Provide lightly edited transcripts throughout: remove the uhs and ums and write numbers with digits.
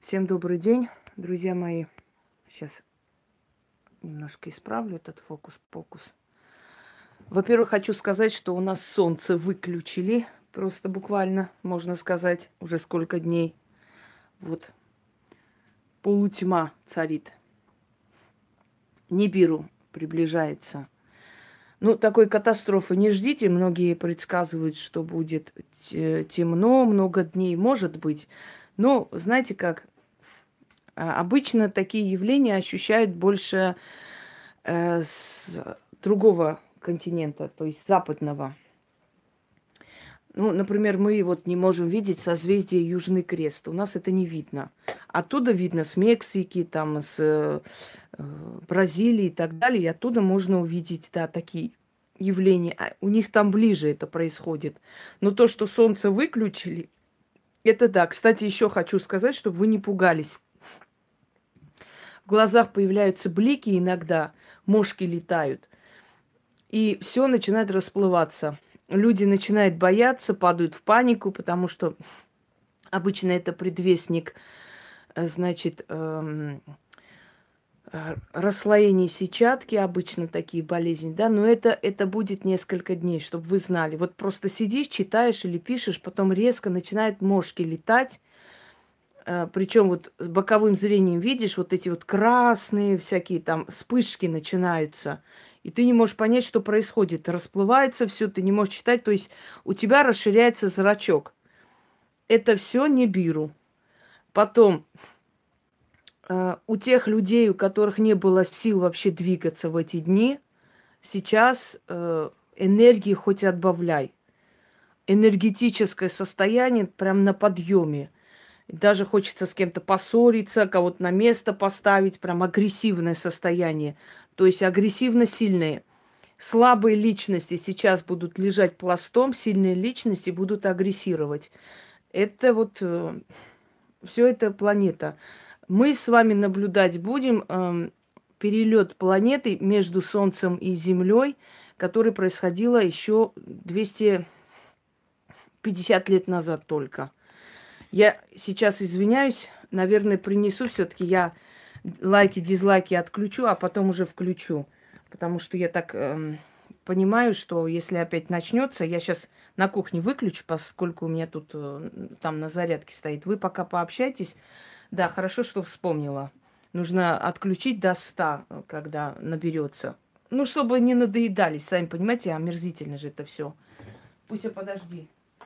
Всем добрый день, друзья мои. Сейчас немножко исправлю этот фокус-покус. Во-первых, хочу сказать, что у нас солнце выключили. Просто буквально, можно сказать, уже сколько дней. Вот полутьма царит. Нибиру приближается. Ну, такой катастрофы не ждите. Многие предсказывают, что будет темно, много дней, может быть. Но, знаете как, обычно такие явления ощущают больше с другого континента, то есть западного. Ну, например, мы вот не можем видеть созвездие Южный Крест. У нас это не видно. Оттуда видно с Мексики, там, с Бразилии и так далее. И оттуда можно увидеть, да, такие явления. А у них там ближе это происходит. Но то, что солнце выключили, это да. Кстати, еще хочу сказать, чтобы вы не пугались. В глазах появляются блики иногда, мошки летают. И все начинает расплываться. Люди начинают бояться, падают в панику, потому что обычно это предвестник, значит, расслоения сетчатки, обычно такие болезни, да, но это будет несколько дней, чтобы вы знали. Вот просто сидишь, читаешь или пишешь, потом резко начинают мошки летать, причем вот с боковым зрением видишь, вот эти вот красные всякие там вспышки начинаются, и ты не можешь понять, что происходит. Расплывается все, ты не можешь читать, то есть у тебя расширяется зрачок. Это все Нибиру. Потом у тех людей, у которых не было сил вообще двигаться в эти дни, сейчас энергии хоть отбавляй. Энергетическое состояние прям на подъеме. Даже хочется с кем-то поссориться, кого-то на место поставить, прям агрессивное состояние. То есть агрессивно сильные. Слабые личности сейчас будут лежать пластом, сильные личности будут агрессировать. Это вот все это планета. Мы с вами наблюдать будем перелет планеты между Солнцем и Землей, который происходило еще 250 лет назад только. Я сейчас извиняюсь, наверное, принесу все-таки я лайки, дизлайки отключу, а потом уже включу. Потому что я так понимаю, что если опять начнется, я сейчас на кухне выключу, поскольку у меня тут там на зарядке стоит. Вы пока пообщайтесь. Да, хорошо, что вспомнила. Нужно отключить до 100, когда наберется. Ну, чтобы не надоедались, сами понимаете, омерзительно же это все. Пусть я подожди.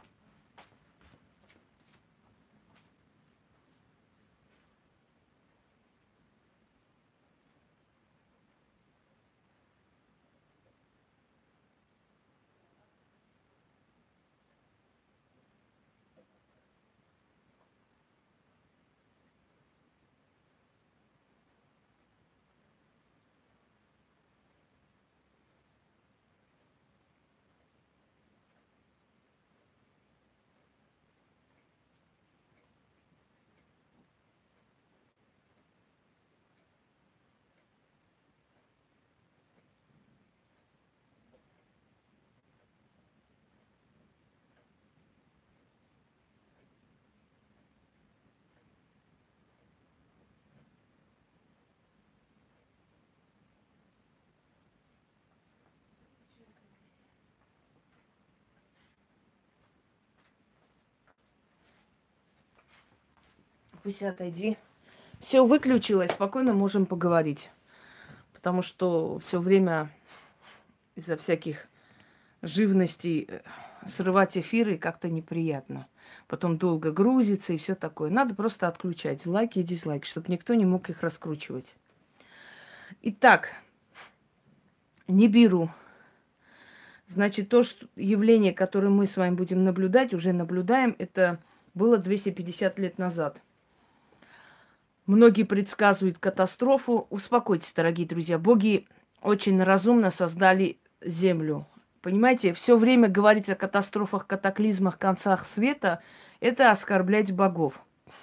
Пусть отойди. Все выключилось, спокойно можем поговорить. Потому что все время из-за всяких живностей срывать эфиры как-то неприятно. Потом долго грузится и все такое. Надо просто отключать лайки и дизлайки, чтобы никто не мог их раскручивать. Итак, Нибиру. Значит, то что явление, которое мы с вами будем наблюдать, уже наблюдаем, это было 250 лет назад. Многие предсказывают катастрофу. Успокойтесь, дорогие друзья. Боги очень разумно создали Землю. Понимаете, все время говорить о катастрофах, катаклизмах, концах света – это оскорблять богов.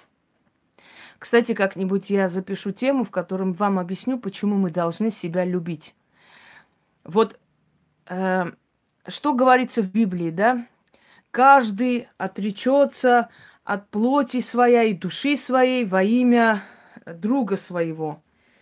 Кстати, как-нибудь я запишу тему, в котором вам объясню, почему мы должны себя любить. Вот что говорится в Библии, да? Каждый отречется от плоти своей и души своей во имя друга своего.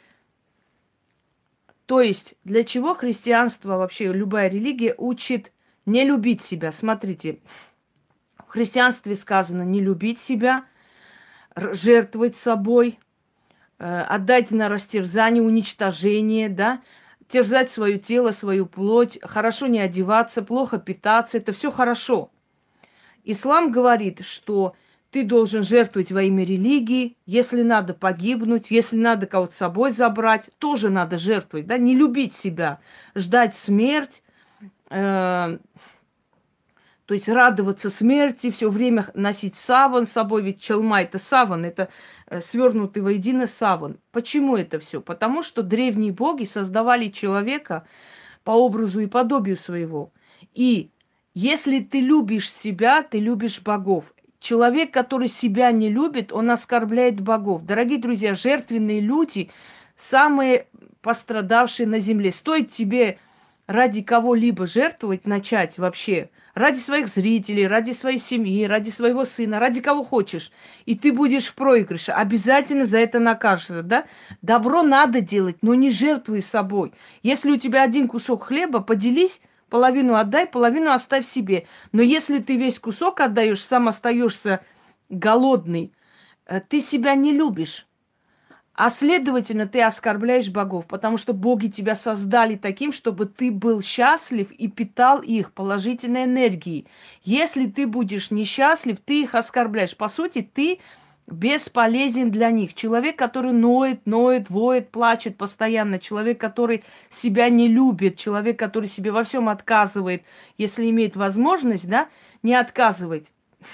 То есть, для чего христианство, вообще любая религия учит не любить себя? Смотрите, в христианстве сказано не любить себя, жертвовать собой, отдать на растерзание, уничтожение, да, терзать свое тело, свою плоть, хорошо не одеваться, плохо питаться, это все хорошо. Ислам говорит, что ты должен жертвовать во имя религии, если надо погибнуть, если надо кого-то с собой забрать, тоже надо жертвовать, да, не любить себя, ждать смерть, то есть радоваться смерти, все время носить саван с собой, ведь челма это саван, это свернутый воедино саван. Почему это все? Потому что древние боги создавали человека по образу и подобию своего. И если ты любишь себя, ты любишь богов. Человек, который себя не любит, он оскорбляет богов. Дорогие друзья, жертвенные люди самые пострадавшие на земле. Стоит тебе ради кого-либо жертвовать, начать вообще, ради своих зрителей, ради своей семьи, ради своего сына, ради кого хочешь, и ты будешь в проигрыше, обязательно за это накажешься, да? Добро надо делать, но не жертвуй собой. Если у тебя один кусок хлеба, поделись, половину отдай, половину оставь себе. Но если ты весь кусок отдаешь, сам остаешься голодный, ты себя не любишь. А следовательно, ты оскорбляешь богов, потому что боги тебя создали таким, чтобы ты был счастлив и питал их положительной энергией. Если ты будешь несчастлив, ты их оскорбляешь. По сути, ты бесполезен для них. Человек, который ноет, воет, плачет постоянно. Человек, который себя не любит. Человек, который себе во всем отказывает, если имеет возможность, да, не отказывать.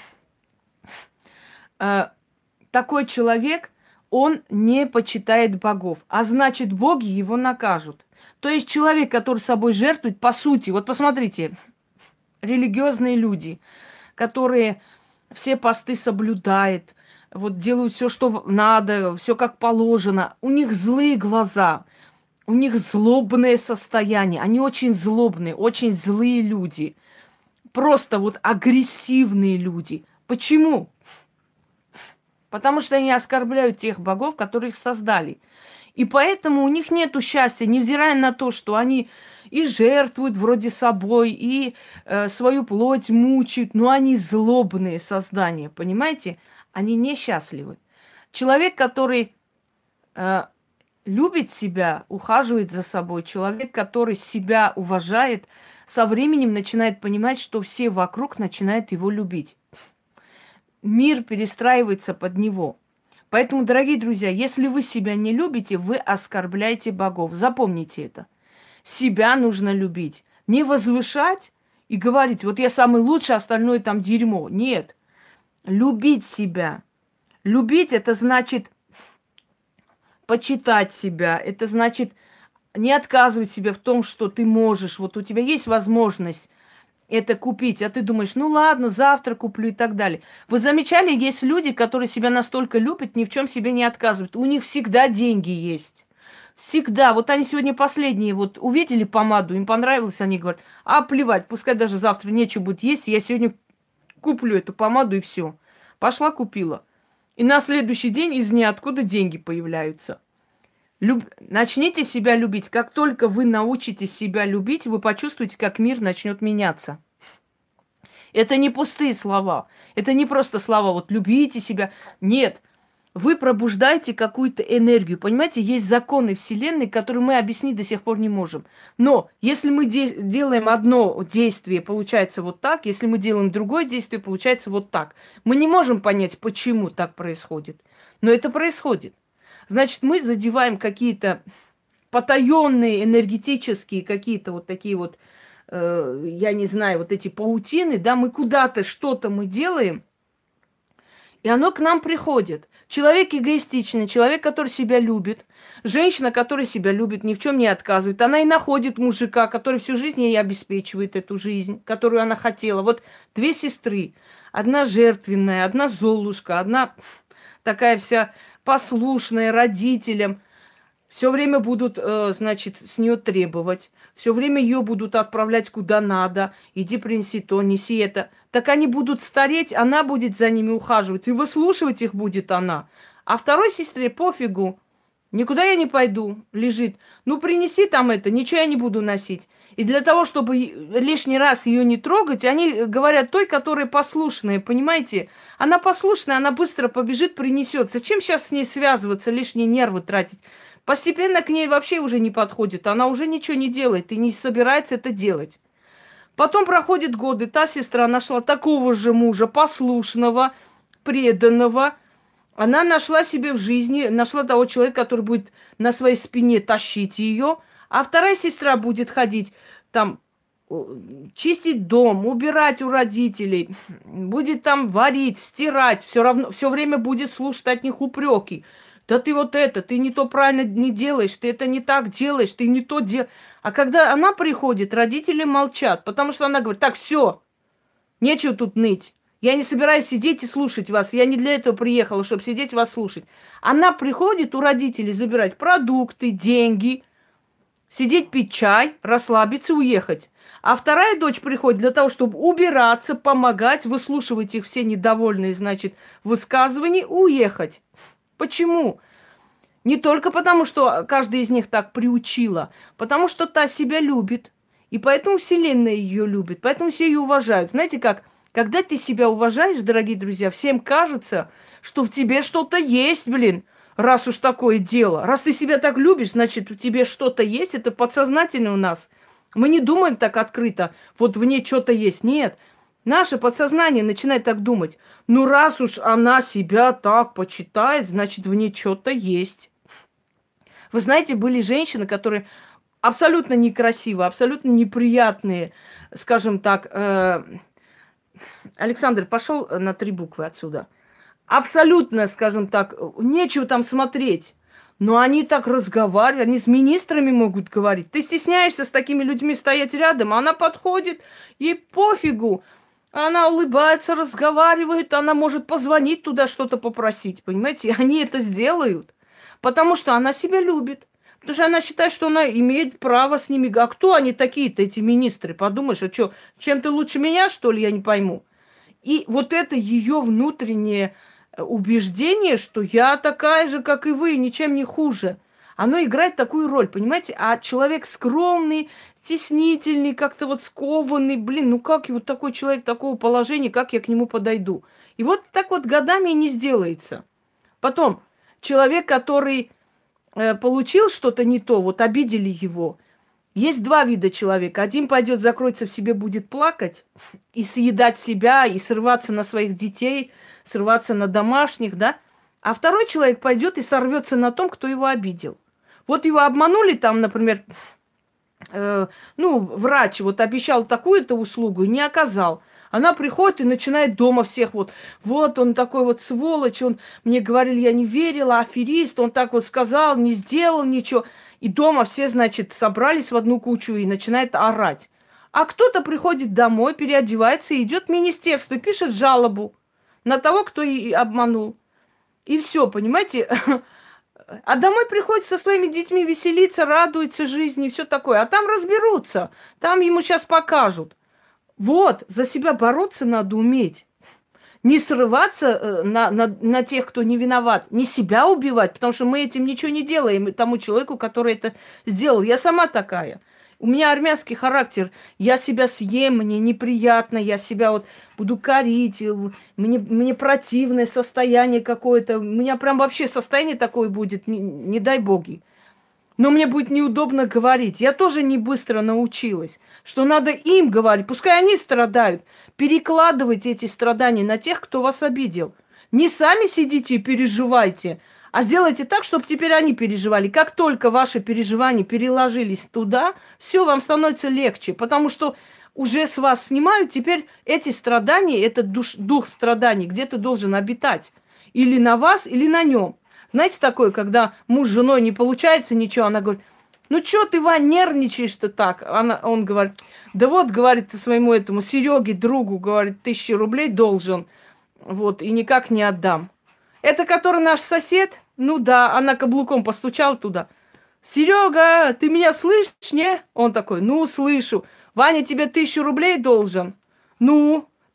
Такой человек, он не почитает богов, а значит, боги его накажут. То есть человек, который собой жертвует, по сути, вот посмотрите, религиозные люди, которые все посты соблюдают, вот делают все, что надо, все как положено, у них злые глаза, у них злобное состояние, они очень злобные, очень злые люди, просто вот агрессивные люди. Почему? Потому что они оскорбляют тех богов, которые их создали. И поэтому у них нет счастья, невзирая на то, что они и жертвуют вроде собой, и свою плоть мучают, но они злобные создания, понимаете? Они несчастливы. Человек, который любит себя, ухаживает за собой, человек, который себя уважает, со временем начинает понимать, что все вокруг начинают его любить. Мир перестраивается под него. Поэтому, дорогие друзья, если вы себя не любите, вы оскорбляете богов. Запомните это. Себя нужно любить. Не возвышать и говорить, вот я самый лучший, остальное там дерьмо. Нет. Любить себя. Любить – это значит почитать себя. Это значит не отказывать себе в том, что ты можешь. Вот у тебя есть возможность это купить, а ты думаешь, ну ладно, завтра куплю и так далее. Вы замечали, есть люди, которые себя настолько любят, ни в чем себе не отказывают. У них всегда деньги есть. Всегда. Вот они сегодня последние вот увидели помаду, им понравилось, они говорят, а плевать, пускай даже завтра нечего будет есть, я сегодня куплю эту помаду и все. Пошла, купила. И на следующий день из ниоткуда деньги появляются. Начните себя любить. Как только вы научитесь себя любить, вы почувствуете, как мир начнет меняться. Это не пустые слова. Это не просто слова, вот любите себя. Нет. Вы пробуждаете какую-то энергию. Понимаете, есть законы Вселенной, которые мы объяснить до сих пор не можем. Но если мы делаем одно действие, получается вот так. Если мы делаем другое действие, получается вот так. Мы не можем понять, почему так происходит. Но это происходит. Значит, мы задеваем какие-то потаенные, энергетические, какие-то вот такие вот, я не знаю, вот эти паутины, да, мы куда-то что-то мы делаем, и оно к нам приходит. Человек эгоистичный, человек, который себя любит, женщина, которая себя любит, ни в чем не отказывает, она и находит мужика, который всю жизнь ей обеспечивает эту жизнь, которую она хотела. Вот две сестры, одна жертвенная, одна золушка, одна такая вся послушная родителям, все время будут, значит, с нее требовать, все время ее будут отправлять куда надо, иди принеси то, неси это. так они будут стареть, она будет за ними ухаживать, и выслушивать их будет она. А второй сестре пофигу. Никуда я не пойду, лежит. Ну, принеси там это, ничего я не буду носить. И для того, чтобы лишний раз ее не трогать, они говорят той, которая послушная, понимаете? Она послушная, она быстро побежит, принесет. Зачем сейчас с ней связываться, лишние нервы тратить? Постепенно к ней вообще уже не подходит. Она уже ничего не делает и не собирается это делать. Потом проходят годы, та сестра нашла такого же мужа, послушного, преданного. Она нашла себе в жизни, нашла того человека, который будет на своей спине тащить ее, а вторая сестра будет ходить там, чистить дом, убирать у родителей, будет там варить, стирать, все равно, все время будет слушать от них упреки. Да ты вот это, ты не то правильно не делаешь, ты это не так делаешь, ты не то делаешь. А когда она приходит, родители молчат, потому что она говорит: так, все, нечего тут ныть. Я не собираюсь сидеть и слушать вас. Я не для этого приехала, чтобы сидеть вас слушать. Она приходит у родителей забирать продукты, деньги, сидеть пить чай, расслабиться, уехать. А вторая дочь приходит для того, чтобы убираться, помогать, выслушивать их все недовольные, значит, высказывания, уехать. Почему? Не только потому, что каждая из них так приучила, потому что та себя любит. И поэтому Вселенная ее любит, поэтому все ее уважают. Знаете как? Когда ты себя уважаешь, дорогие друзья, всем кажется, что в тебе что-то есть, блин, раз уж такое дело. Раз ты себя так любишь, значит, в тебе что-то есть, это подсознательно у нас. Мы не думаем так открыто, вот в ней что-то есть. Нет, наше подсознание начинает так думать. Ну, раз уж она себя так почитает, значит, в ней что-то есть. Вы знаете, были женщины, которые абсолютно некрасивые, абсолютно неприятные, скажем так. Александр, пошел на 3 буквы отсюда. Абсолютно, скажем так, нечего там смотреть. Но они так разговаривают, они с министрами могут говорить. Ты стесняешься с такими людьми стоять рядом, а она подходит, ей пофигу. Она улыбается, разговаривает, она может позвонить туда, что-то попросить. Понимаете, и они это сделают, потому что она себя любит. Потому что она считает, что она имеет право с ними. А кто они такие-то, эти министры? Подумаешь, а что, чем ты лучше меня, что ли, я не пойму. И вот это ее внутреннее убеждение, что я такая же, как и вы, ничем не хуже. Оно играет такую роль, понимаете? А человек скромный, стеснительный, как-то вот скованный, блин, ну как вот такой человек такого положения, как я к нему подойду? И вот так вот годами и не сделается. Потом, человек, который получил что-то не то, вот обидели его. Есть 2 вида человека. Один пойдет, закроется в себе, будет плакать и съедать себя, и срываться на своих детей, срываться на домашних, да? А второй человек пойдет и сорвется на том, кто его обидел. Вот его обманули там, например, врач вот обещал такую-то услугу и не оказал. Она приходит и начинает дома всех вот он такой вот сволочь, он мне говорил, я не верила, аферист, он так вот сказал, не сделал ничего. И дома все, значит, собрались в одну кучу и начинает орать. А кто-то приходит домой, переодевается и идет в министерство и пишет жалобу на того, кто и обманул. И все, понимаете? А домой приходит со своими детьми веселиться, радуется жизни и все такое. А там разберутся, там ему сейчас покажут. Вот, за себя бороться надо уметь. Не срываться на тех, кто не виноват. Не себя убивать, потому что мы этим ничего не делаем тому человеку, который это сделал. Я сама такая. У меня армянский характер. Я себя съем, мне неприятно, я себя вот буду корить, мне противное состояние какое-то. У меня прям вообще состояние такое будет, не дай боги. Но мне будет неудобно говорить. Я тоже не быстро научилась, что надо им говорить. Пускай они страдают. Перекладывайте эти страдания на тех, кто вас обидел. Не сами сидите и переживайте, а сделайте так, чтобы теперь они переживали. Как только ваши переживания переложились туда, все вам становится легче, потому что уже с вас снимают, теперь эти страдания, этот дух страданий где-то должен обитать. Или на вас, или на нем. Знаете такое, когда муж с женой не получается ничего, она говорит, ну что ты, Вань, нервничаешь-то так? Он говорит, да вот, говорит, своему этому Сереге, другу, говорит, 1000 рублей должен, вот, и никак не отдам. Это который наш сосед? Ну да, она каблуком постучала туда. Серега, ты меня слышишь, не? Он такой, ну, слышу. Ваня тебе 1000 рублей должен. Ну,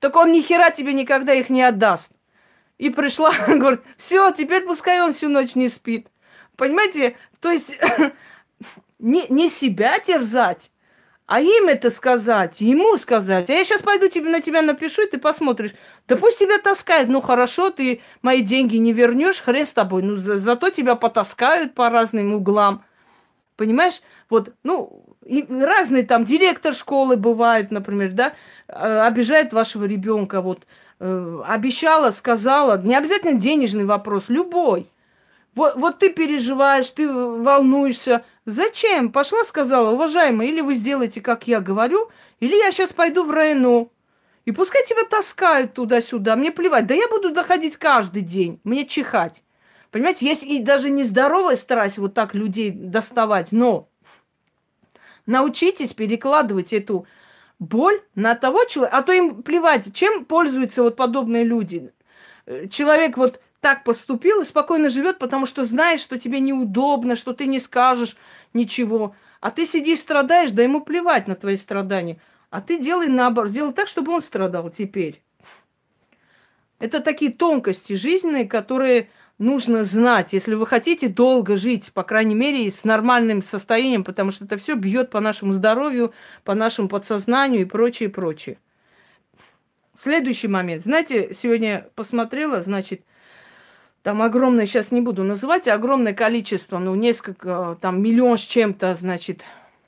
Так он ни хера тебе никогда их не отдаст. И пришла, говорит, все, теперь пускай он всю ночь не спит. Понимаете? То есть не себя терзать, а им это сказать, ему сказать. А я сейчас пойду на тебя напишу, и ты посмотришь. Да пусть тебя таскают. Ну хорошо, ты мои деньги не вернешь, хрен с тобой. Ну зато тебя потаскают по разным углам. Понимаешь? Вот, ну, и разные там директор школы бывает, например, да, обижает вашего ребенка, вот, обещала, сказала, не обязательно денежный вопрос, любой. Вот ты переживаешь, ты волнуешься. Зачем? Пошла, сказала, уважаемый, или вы сделаете, как я говорю, или я сейчас пойду в РНО. И пускай тебя таскают туда-сюда, мне плевать. Да я буду доходить каждый день, мне чихать. Понимаете, есть и даже нездоровая стараюсь вот так людей доставать, но научитесь перекладывать эту боль на того человека, а то им плевать, чем пользуются вот подобные люди. Человек вот так поступил и спокойно живет, потому что знаешь, что тебе неудобно, что ты не скажешь ничего. А ты сидишь, страдаешь, да ему плевать на твои страдания. А ты делай наоборот, делай так, чтобы он страдал теперь. Это такие тонкости жизненные, которые нужно знать, если вы хотите долго жить, по крайней мере, с нормальным состоянием, потому что это все бьет по нашему здоровью, по нашему подсознанию и прочее, прочее. Следующий момент. Знаете, сегодня посмотрела, значит, там огромное, сейчас не буду называть, огромное количество, ну, несколько, там, миллион с чем-то, значит,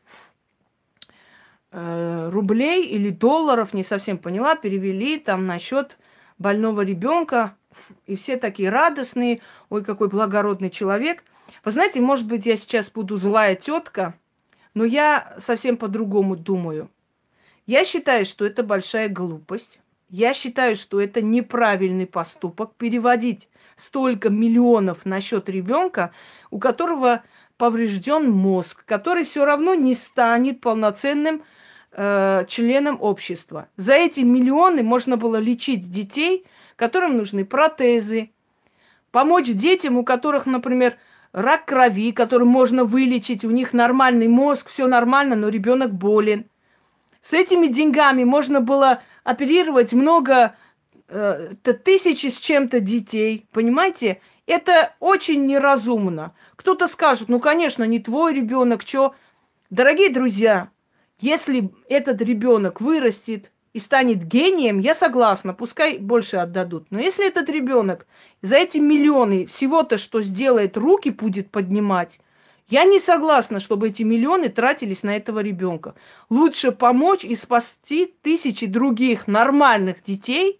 рублей или долларов, не совсем поняла, перевели там на счет больного ребенка. И все такие радостные. Ой, какой благородный человек. Вы знаете, может быть, я сейчас буду злая тетка, но я совсем по-другому думаю. Я считаю, что это большая глупость. Я считаю, что это неправильный поступок переводить столько миллионов на счет ребенка, у которого поврежден мозг, который все равно не станет полноценным членом общества. За эти миллионы можно было лечить детей, которым нужны протезы, помочь детям, у которых, например, рак крови, который можно вылечить, у них нормальный мозг, все нормально, но ребенок болен. С этими деньгами можно было оперировать много тысячи с чем-то детей, понимаете? Это очень неразумно. Кто-то скажет, ну, конечно, не твой ребенок, что? Дорогие друзья, если этот ребенок вырастет и станет гением, я согласна, пускай больше отдадут. Но если этот ребенок за эти миллионы всего-то, что сделает, руки будет поднимать, я не согласна, чтобы эти миллионы тратились на этого ребенка. Лучше помочь и спасти тысячи других нормальных детей.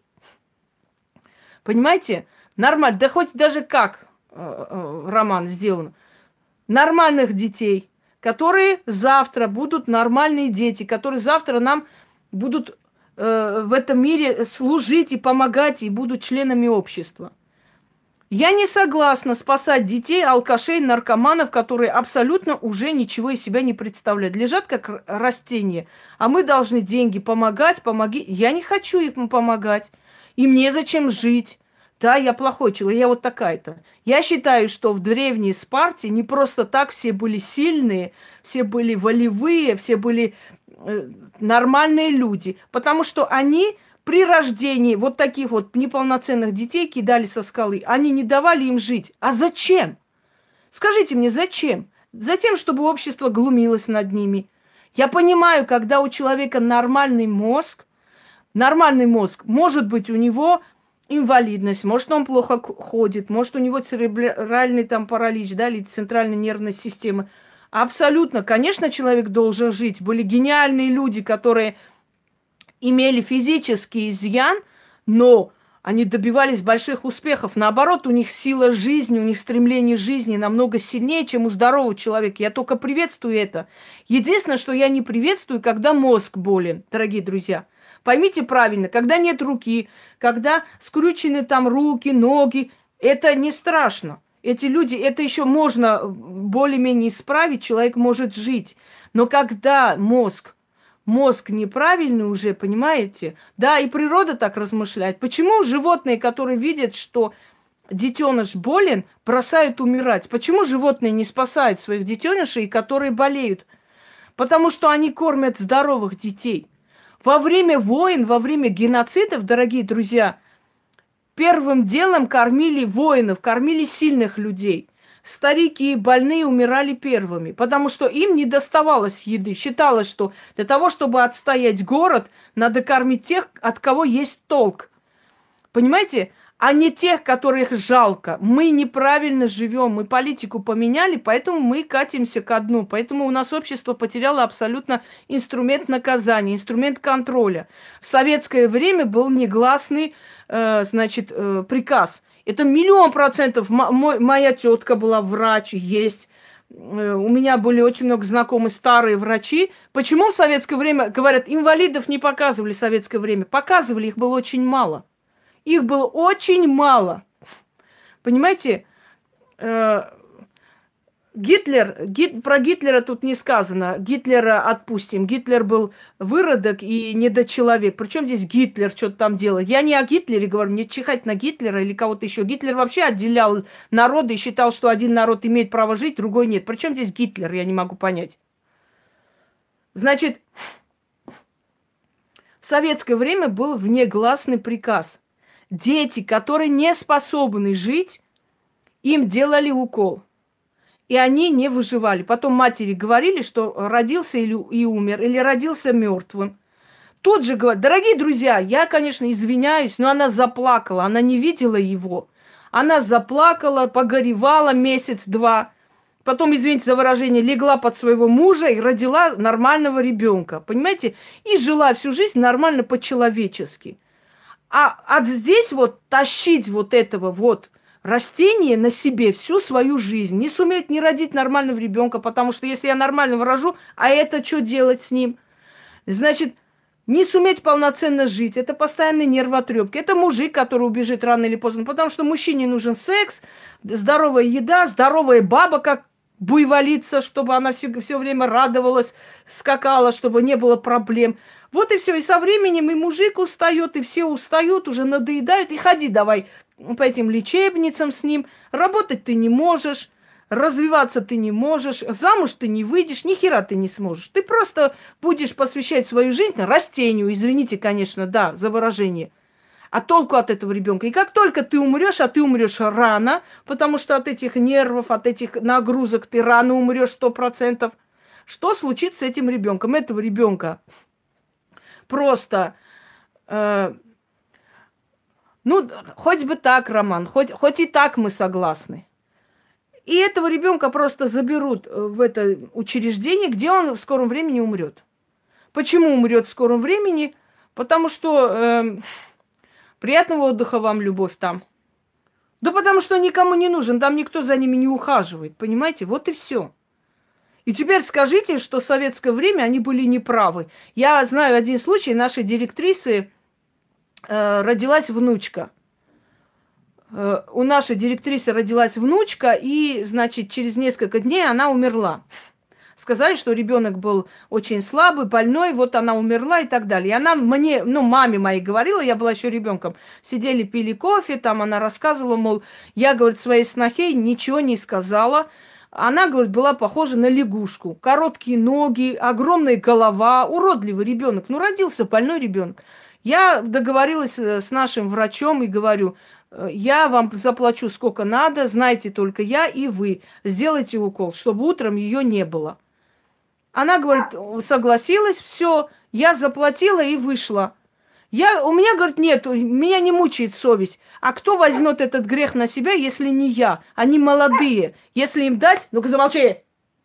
Понимаете? Нормально. Да хоть даже как роман сделан. Нормальных детей, которые завтра будут нормальные дети, которые завтра нам будут в этом мире служить и помогать, и будут членами общества. Я не согласна спасать детей, алкашей, наркоманов, которые абсолютно уже ничего из себя не представляют. Лежат как растения, а мы должны деньги помогать, помоги. Я не хочу им помогать. И мне зачем жить? Да, я плохой человек, я вот такая-то. Я считаю, что в древней Спарте не просто так все были сильные, все были волевые, все были нормальные люди. Потому что они при рождении вот таких вот неполноценных детей кидали со скалы. Они не давали им жить. А зачем? Скажите мне, зачем? Затем, чтобы общество глумилось над ними. Я понимаю, когда у человека нормальный мозг, может быть, у него инвалидность, может, он плохо ходит, может, у него церебральный там паралич, да, или центральная нервная система. Абсолютно, конечно, человек должен жить. Были гениальные люди, которые имели физический изъян, но они добивались больших успехов. Наоборот, у них сила жизни, у них стремление жизни намного сильнее, чем у здорового человека. Я только приветствую это. Единственное, что я не приветствую, когда мозг болен, дорогие друзья. Поймите правильно, когда нет руки, когда скрючены там руки, ноги, это не страшно. Эти люди, это еще можно более-менее исправить, человек может жить. Но когда мозг неправильный уже, понимаете? Да, и природа так размышляет. Почему животные, которые видят, что детеныш болен, бросают умирать? Почему животные не спасают своих детенышей, которые болеют? Потому что они кормят здоровых детей. Во время войн, во время геноцидов, дорогие друзья, первым делом кормили воинов, кормили сильных людей. Старики и больные умирали первыми, потому что им не доставалось еды. Считалось, что для того, чтобы отстоять город, надо кормить тех, от кого есть толк. Понимаете? А не тех, которых жалко. Мы неправильно живем, мы политику поменяли, поэтому мы катимся ко дну. Поэтому у нас общество потеряло абсолютно инструмент наказания, инструмент контроля. В советское время был негласный, приказ. Это 1000000%. Моя тетка была врач, есть. У меня были очень много знакомых старые врачи. Почему в советское время, говорят, инвалидов не показывали в советское время? Показывали, их было очень мало. Их было очень мало. Понимаете, про Гитлера тут не сказано. Гитлера отпустим. Гитлер был выродок и недочеловек. Причем здесь Гитлер что-то там делает? Я не о Гитлере говорю, мне чихать на Гитлера или кого-то еще. Гитлер вообще отделял народы и считал, что один народ имеет право жить, другой нет. Причем здесь Гитлер, я не могу понять. Значит, в советское время был внегласный приказ. Дети, которые не способны жить, им делали укол. И они не выживали. Потом матери говорили, что родился и умер, или родился мертвым. Тут же говорят, дорогие друзья, я, конечно, извиняюсь, но она заплакала, она не видела его. Она заплакала, погоревала месяц-два. Потом, извините за выражение, легла под своего мужа и родила нормального ребенка. Понимаете? И жила всю жизнь нормально по-человечески. А здесь вот тащить вот этого вот растение на себе всю свою жизнь, не суметь не родить нормального ребенка, потому что если я нормального рожу, а это что делать с ним? Значит, не суметь полноценно жить, это постоянные нервотрепки. Это мужик, который убежит рано или поздно, потому что мужчине нужен секс, здоровая еда, здоровая баба, как буйволица, чтобы она все время радовалась, скакала, чтобы не было проблем. Вот и все. И со временем и мужик устает, и все устают, уже надоедают. И ходи давай по этим лечебницам с ним. Работать ты не можешь, развиваться ты не можешь, замуж ты не выйдешь, ни хера ты не сможешь. Ты просто будешь посвящать свою жизнь растению. Извините, конечно, да, за выражение. А толку от этого ребенка? И как только ты умрешь, а ты умрешь рано, потому что от этих нервов, от этих нагрузок ты рано умрешь 100%, что случится с этим ребенком? Этого ребенка просто, хоть бы так, Роман, хоть и так мы согласны. И этого ребенка просто заберут в это учреждение, где он в скором времени умрет. Почему умрет в скором времени? Потому что приятного отдыха вам, любовь там. Да потому что никому не нужен, там никто за ними не ухаживает, понимаете? Вот и все. И теперь скажите, что в советское время они были неправы. Я знаю один случай, нашей директрисы родилась внучка. У нашей директрисы родилась внучка, и, значит, через несколько дней она умерла. Сказали, что ребенок был очень слабый, больной, вот она умерла и так далее. И она мне, маме моей говорила, я была еще ребенком, сидели, пили кофе, там она рассказывала, мол, я, говорит, своей снохе ничего не сказала. Она, говорит, была похожа на лягушку. Короткие ноги, огромная голова, уродливый ребенок. Родился больной ребенок. Я договорилась с нашим врачом и говорю, я вам заплачу сколько надо, знайте только я и вы. Сделайте укол, чтобы утром ее не было. Она, говорит, согласилась, все, я заплатила и вышла. У меня, говорит, нет, меня не мучает совесть. А кто возьмет этот грех на себя, если не я? Они молодые. Если им дать... Ну-ка, замолчи!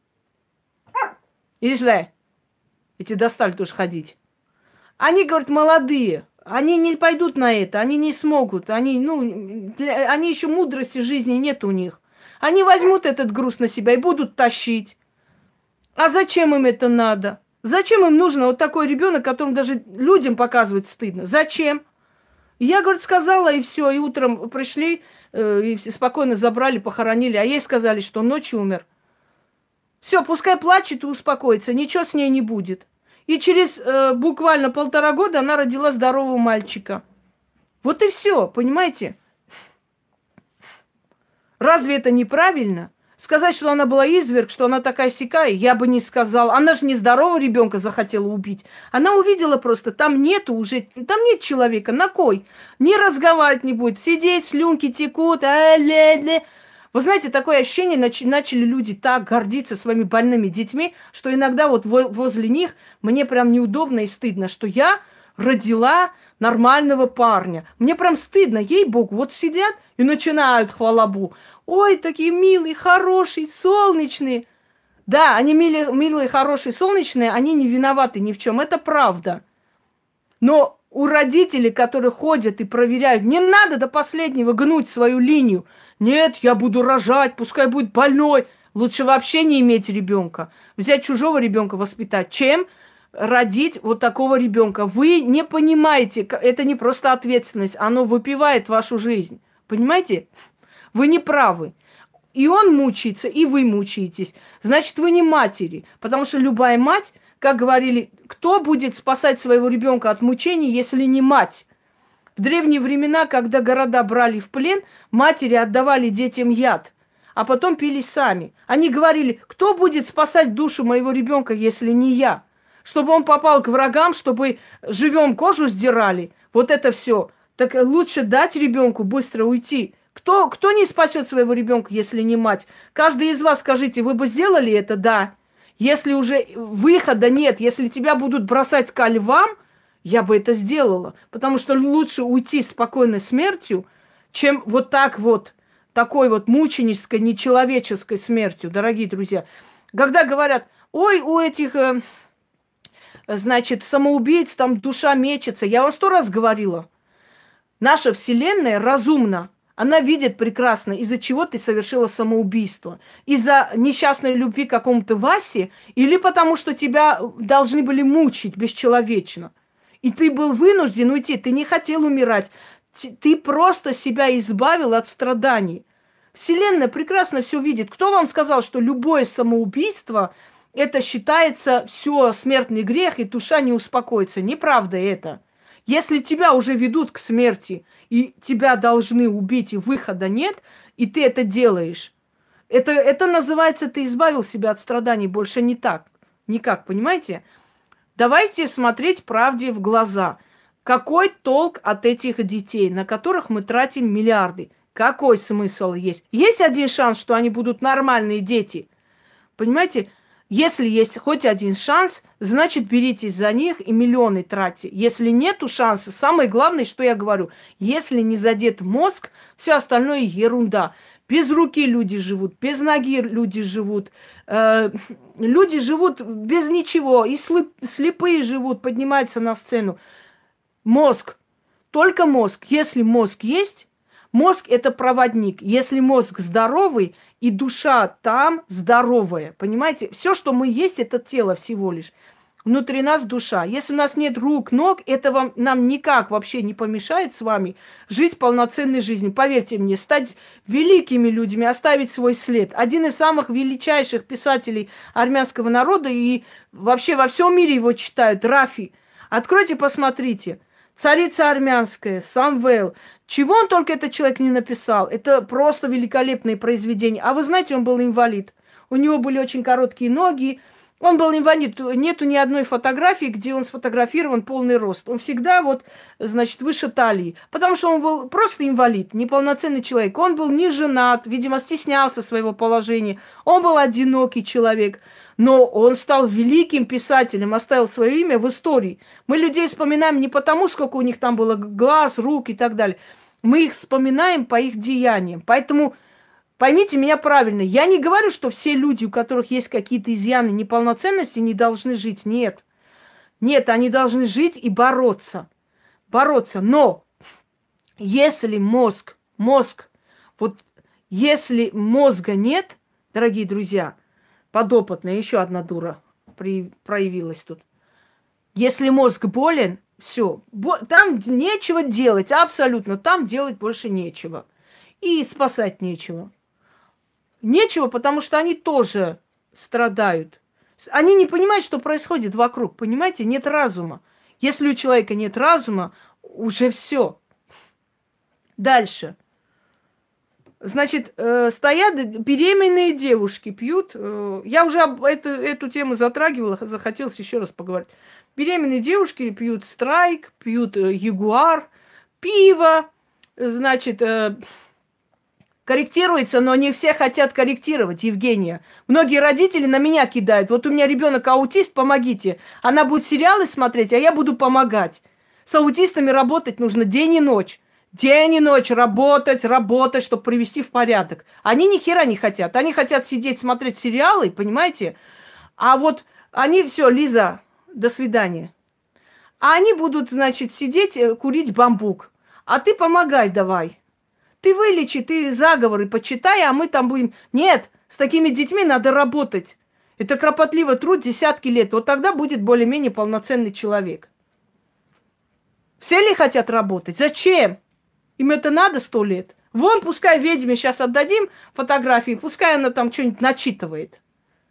Иди сюда. Эти достали тоже ходить. Они, говорит, молодые. Они не пойдут на это, они не смогут. Они еще мудрости жизни нет у них. Они возьмут этот груз на себя и будут тащить. А зачем им это надо? Зачем им нужно вот такой ребенок, которому даже людям показывать стыдно? Зачем? Я, говорит, сказала, и все. И утром пришли, и спокойно забрали, похоронили. А ей сказали, что ночью умер. Все, пускай плачет и успокоится, ничего с ней не будет. И через буквально 1,5 года она родила здорового мальчика. Вот и все, понимаете? Разве это неправильно? Сказать, что она была изверг, что она такая сякая, я бы не сказала. Она же нездорового ребенка захотела убить. Она увидела просто, там нету уже, там нет человека, на кой? Не разговаривать не будет, сидеть, слюнки текут, Вы знаете, такое ощущение, начали люди так гордиться своими больными детьми, что иногда вот возле них мне прям неудобно и стыдно, что я родила нормального парня. Мне прям стыдно, ей-богу, вот сидят и начинают хвалабу. Ой, такие милые, хорошие, солнечные. Да, они милые, хорошие, солнечные, они не виноваты ни в чем, это правда. Но у родителей, которые ходят и проверяют, не надо до последнего гнуть свою линию. Нет, я буду рожать, пускай будет больной. Лучше вообще не иметь ребенка. Взять чужого ребенка воспитать, чем родить вот такого ребенка. Вы не понимаете, это не просто ответственность, оно выпивает вашу жизнь. Понимаете? Вы не правы. И он мучается, и вы мучаетесь. Значит, вы не матери. Потому что любая мать, как говорили, кто будет спасать своего ребенка от мучений, если не мать? В древние времена, когда города брали в плен, матери отдавали детям яд, а потом пили сами. Они говорили, кто будет спасать душу моего ребенка, если не я? Чтобы он попал к врагам, чтобы живем кожу сдирали. Вот это все. Так лучше дать ребенку быстро уйти. Кто не спасет своего ребенка, если не мать? Каждый из вас скажите, вы бы сделали это? Да. Если уже выхода нет, если тебя будут бросать ко львам, я бы это сделала. Потому что лучше уйти спокойной смертью, чем вот так вот, такой вот мученической, нечеловеческой смертью, дорогие друзья. Когда говорят, ой, у этих, значит, самоубийц там душа мечется. Я вам 100 раз говорила. Наша Вселенная разумна. Она видит прекрасно, из-за чего ты совершила самоубийство. Из-за несчастной любви к какому-то Васе или потому, что тебя должны были мучить бесчеловечно. И ты был вынужден уйти, ты не хотел умирать. Ты просто себя избавил от страданий. Вселенная прекрасно все видит. Кто вам сказал, что любое самоубийство, это считается все смертный грех, и душа не успокоится? Неправда это. Если тебя уже ведут к смерти, и тебя должны убить, и выхода нет, и ты это делаешь, это называется, ты избавил себя от страданий, больше не так. Никак, понимаете? Давайте смотреть правде в глаза. Какой толк от этих детей, на которых мы тратим миллиарды? Какой смысл есть? Есть один шанс, что они будут нормальные дети. Понимаете? Если есть хоть один шанс, значит, беритесь за них и миллионы тратьте. Если нету шанса, самое главное, что я говорю, если не задет мозг, все остальное ерунда. Без руки люди живут, без ноги люди живут, люди живут без ничего, и слепые живут, поднимаются на сцену. Мозг, только мозг. Если мозг есть, мозг – это проводник. Если мозг здоровый, и душа там здоровая, понимаете? Все, что мы есть, это тело всего лишь. Внутри нас душа. Если у нас нет рук, ног, это нам никак вообще не помешает с вами жить полноценной жизнью. Поверьте мне, стать великими людьми, оставить свой след. Один из самых величайших писателей армянского народа, и вообще во всем мире его читают, Рафи. Откройте, посмотрите. Царица армянская, Самвел. Чего он только этот человек не написал. Это просто великолепные произведения. А вы знаете, он был инвалид. У него были очень короткие ноги. Он был инвалид. Нету ни одной фотографии, где он сфотографирован полный рост. Он всегда вот, значит, выше талии. Потому что он был просто инвалид, неполноценный человек. Он был не женат, видимо, стеснялся своего положения. Он был одинокий человек. Но он стал великим писателем, оставил свое имя в истории. Мы людей вспоминаем не потому, сколько у них там было глаз, рук и так далее. Мы их вспоминаем по их деяниям. Поэтому поймите меня правильно. Я не говорю, что все люди, у которых есть какие-то изъяны, неполноценности, не должны жить. Нет. Нет, они должны жить и бороться. Бороться. Но если мозг, вот если мозга нет, дорогие друзья, подопытная, еще одна дура проявилась тут. Если мозг болен, все, там нечего делать, абсолютно, там делать больше нечего. И спасать нечего. Нечего, потому что они тоже страдают. Они не понимают, что происходит вокруг, понимаете? Нет разума. Если у человека нет разума, уже все. Дальше. Значит, стоят беременные девушки, пьют. Я уже эту тему затрагивала, захотелось еще раз поговорить. Беременные девушки пьют страйк, пьют ягуар, пиво, значит, корректируется, но не все хотят корректировать, Евгения. Многие родители на меня кидают. Вот у меня ребенок аутист, помогите. Она будет сериалы смотреть, а я буду помогать. С аутистами работать нужно день и ночь. День и ночь работать, работать, чтобы привести в порядок. Они ни хера не хотят. Они хотят сидеть, смотреть сериалы, понимаете? А вот они все, Лиза, до свидания. А они будут, значит, сидеть, курить бамбук. А ты помогай давай. Ты вылечи, ты заговоры почитай, а мы там будем... Нет, с такими детьми надо работать. Это кропотливый труд десятки лет. Вот тогда будет более-менее полноценный человек. Все ли хотят работать? Зачем? Им это надо 100 лет. Вон, пускай ведьме сейчас отдадим фотографии, пускай она там что-нибудь начитывает.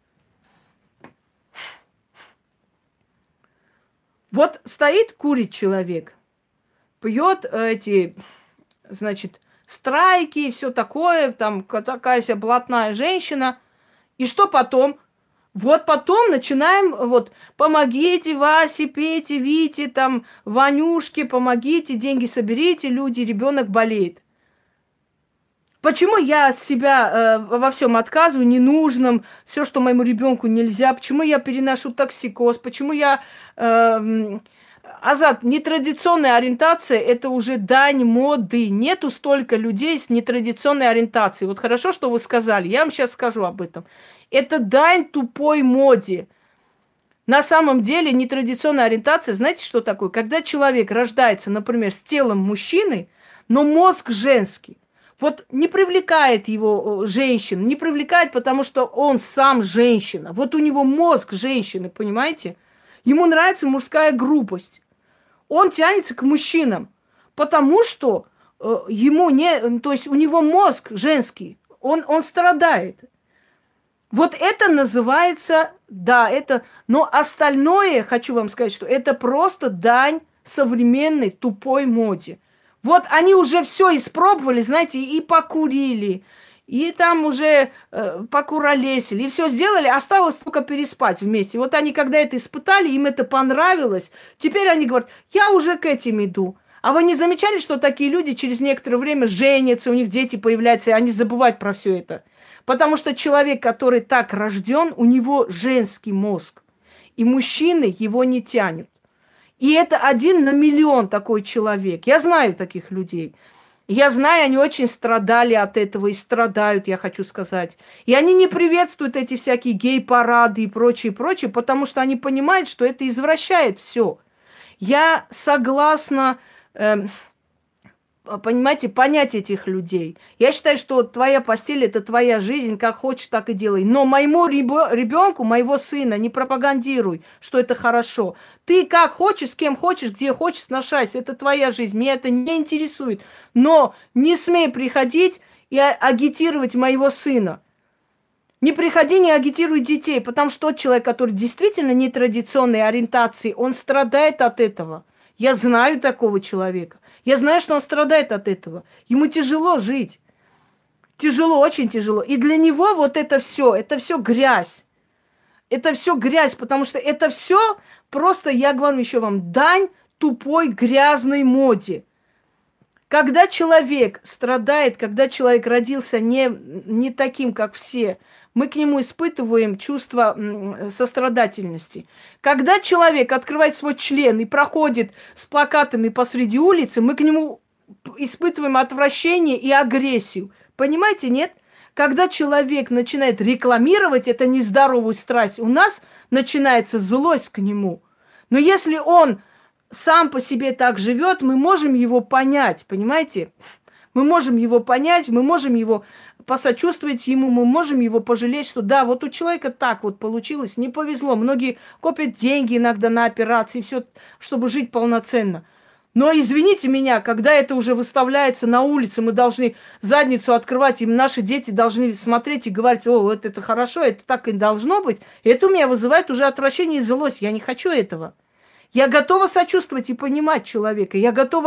Вот стоит, курит человек, пьет эти, значит, страйки и все такое, там такая вся блатная женщина. И что потом? Вот потом начинаем, вот, помогите Васе, Пете, Вите, там, Ванюшке, помогите, деньги соберите, люди, ребенок болеет. Почему я себя во всем отказываю, ненужном, все, что моему ребенку нельзя, почему я переношу токсикоз, почему я... Азат, нетрадиционная ориентация – это уже дань моды. Нету столько людей с нетрадиционной ориентацией. Вот хорошо, что вы сказали, я вам сейчас скажу об этом. Это дань тупой моде. На самом деле нетрадиционная ориентация, знаете, что такое? Когда человек рождается, например, с телом мужчины, но мозг женский. Вот не привлекает его женщина, не привлекает, потому что он сам женщина. Вот у него мозг женщины, понимаете? Ему нравится мужская грубость. Он тянется к мужчинам, потому что ему не... То есть у него мозг женский, он страдает. Вот это называется, да, это... Но остальное, хочу вам сказать, что это просто дань современной тупой моде. Вот они уже все испробовали, знаете, и покурили, и там уже покуролесили, и все сделали, осталось только переспать вместе. Вот они, когда это испытали, им это понравилось, теперь они говорят, я уже к этим иду. А вы не замечали, что такие люди через некоторое время женятся, у них дети появляются, и они забывают про все это? Потому что человек, который так рожден, у него женский мозг, и мужчины его не тянут. И это 1 на миллион такой человек. Я знаю таких людей. Я знаю, они очень страдали от этого и страдают, я хочу сказать. И они не приветствуют эти всякие гей-парады и прочее, прочее, потому что они понимают, что это извращает все. Я согласна, понимаете, понять этих людей. Я считаю, что твоя постель – это твоя жизнь, как хочешь, так и делай. Но моему ребенку, моего сына, не пропагандируй, что это хорошо. Ты как хочешь, с кем хочешь, где хочешь, сношайся. Это твоя жизнь, меня это не интересует. Но не смей приходить и агитировать моего сына. Не приходи, не агитируй детей, потому что тот человек, который действительно нетрадиционной ориентации, он страдает от этого. Я знаю такого человека. Я знаю, что он страдает от этого. Ему тяжело жить. Тяжело, очень тяжело. И для него вот это все грязь. Это все грязь, потому что это все просто, я говорю еще вам, дань тупой грязной моде. Когда человек страдает, когда человек родился не таким, как все, мы к нему испытываем чувство сострадательности. Когда человек открывает свой член и проходит с плакатами посреди улицы, мы к нему испытываем отвращение и агрессию. Понимаете, нет? Когда человек начинает рекламировать эту нездоровую страсть, у нас начинается злость к нему. Но если он сам по себе так живет, мы можем его понять, понимаете? Мы можем его понять, мы можем его посочувствовать ему, мы можем его пожалеть, что да, вот у человека так вот получилось, не повезло. Многие копят деньги иногда на операции, все, чтобы жить полноценно. Но извините меня, когда это уже выставляется на улице, мы должны задницу открывать, и наши дети должны смотреть и говорить, о, вот это хорошо, это так и должно быть. И это у меня вызывает уже отвращение и злость. Я не хочу этого. Я готова сочувствовать и понимать человека. Я готова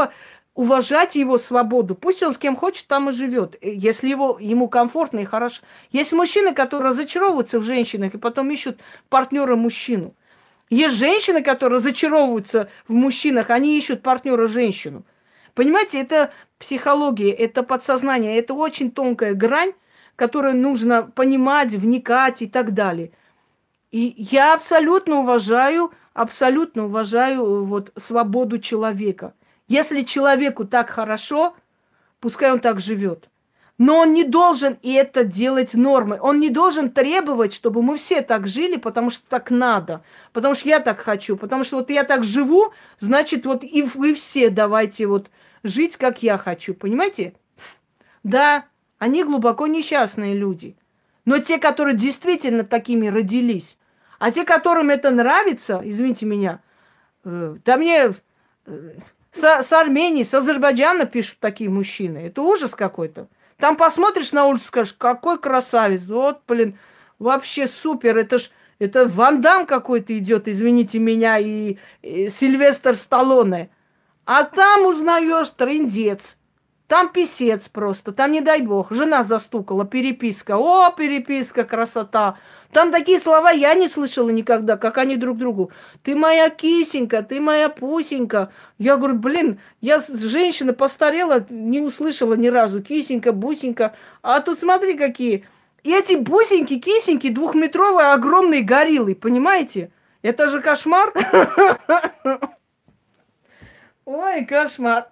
уважать его свободу. Пусть он с кем хочет, там и живет, если ему комфортно и хорошо. Есть мужчины, которые разочаровываются в женщинах и потом ищут партнера мужчину. Есть женщины, которые разочаровываются в мужчинах, они ищут партнера женщину. Понимаете, это психология, это подсознание, это очень тонкая грань, которую нужно понимать, вникать и так далее. И я абсолютно уважаю вот свободу человека. Если человеку так хорошо, пускай он так живет. Но он не должен и это делать нормой. Он не должен требовать, чтобы мы все так жили, потому что так надо. Потому что я так хочу. Потому что вот я так живу, значит, вот и вы все давайте вот жить, как я хочу. Понимаете? Да, они глубоко несчастные люди. Но те, которые действительно такими родились, а те, которым это нравится, извините меня, да мне с Армении, с Азербайджана пишут такие мужчины. Это ужас какой-то. Там посмотришь на улицу, скажешь, какой красавец. Вот, блин, вообще супер. Это Ван Дам какой-то идет, извините меня, и Сильвестр Сталлоне. А там узнаешь трындец. Там писец просто, там, не дай бог, жена застукала, переписка. О, переписка, красота. Там такие слова я не слышала никогда, как они друг другу. Ты моя кисенька, ты моя пусенька. Я говорю, блин, я женщина постарела, не услышала ни разу. Кисенька, бусенька. А тут смотри какие. И эти бусеньки, кисеньки, двухметровые огромные гориллы, понимаете? Это же кошмар. Ой, кошмар.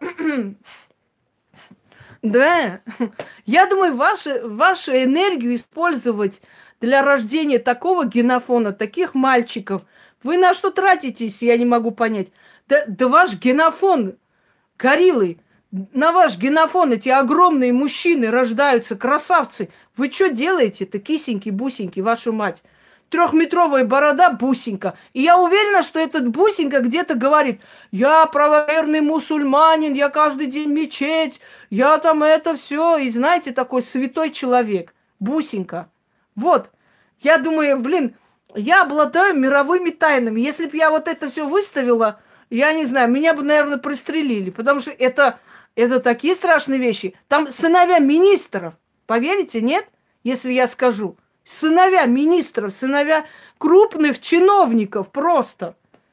Да, я думаю, вашу энергию использовать для рождения такого генофона, таких мальчиков. Вы на что тратитесь, я не могу понять. Да ваш генофон, гориллы, на ваш генофон эти огромные мужчины рождаются, красавцы. Вы что делаете-то, кисеньки-бусеньки, вашу мать? Трехметровая борода бусенька. И я уверена, что этот бусенька где-то говорит, я правоверный мусульманин, я каждый день мечеть, я там это все. И знаете, такой святой человек. Бусенька. Вот. Я думаю, блин, я обладаю мировыми тайнами. Если бы я вот это все выставила, я не знаю, меня бы, наверное, пристрелили. Потому что это такие страшные вещи. Там сыновья министров. Поверите, нет? Если я скажу. Сыновья министров, сыновья крупных чиновников просто.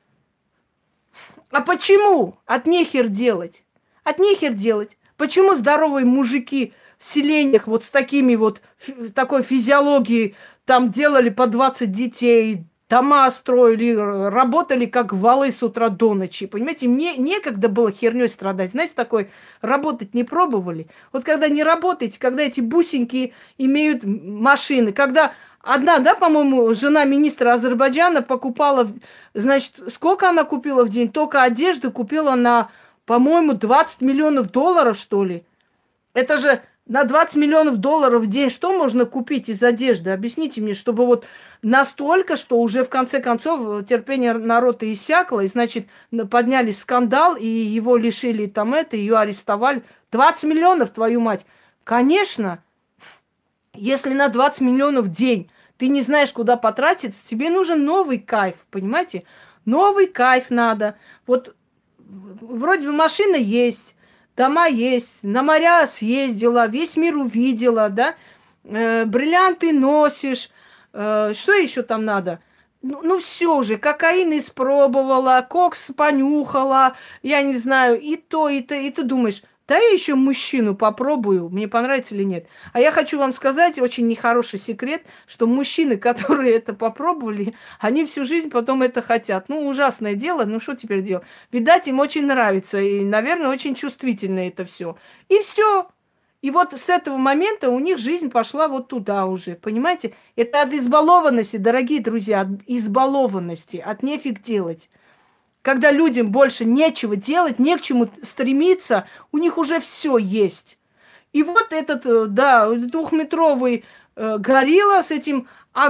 А почему? От нехер делать. От нехер делать. Почему здоровые мужики в селениях вот с такими вот, такой физиологией там делали по 20 детей, дома строили, работали как валы с утра до ночи. Понимаете, мне некогда было херней страдать. Знаете, такой работать не пробовали. Вот когда не работаете, когда эти бусинки имеют машины, когда одна, да, по-моему, жена министра Азербайджана покупала, значит, сколько она купила в день? Только одежды купила на, по-моему, 20 миллионов долларов, что ли. Это же на 20 миллионов долларов в день что можно купить из одежды? Объясните мне, чтобы вот настолько, что уже в конце концов терпение народа иссякло, и, значит, подняли скандал, и его лишили там это, ее арестовали. 20 миллионов, твою мать! Конечно, если на 20 миллионов в день ты не знаешь, куда потратиться, тебе нужен новый кайф, понимаете? Новый кайф надо. Вот вроде бы машина есть, дома есть, на моря съездила, весь мир увидела, да? Бриллианты носишь. Что еще там надо? Ну все же, кокаин испробовала, кокс понюхала, я не знаю, и то, и ты думаешь, да я еще мужчину попробую, мне понравится или нет. А я хочу вам сказать очень нехороший секрет, что мужчины, которые это попробовали, они всю жизнь потом это хотят. Ну, ужасное дело, ну что теперь делать? Видать, им очень нравится, и, наверное, очень чувствительно это все. И все. И вот с этого момента у них жизнь пошла вот туда уже, понимаете? Это от избалованности, дорогие друзья, от избалованности, от нефиг делать. Когда людям больше нечего делать, не к чему стремиться, у них уже все есть. И вот этот, да, двухметровый горилла с этим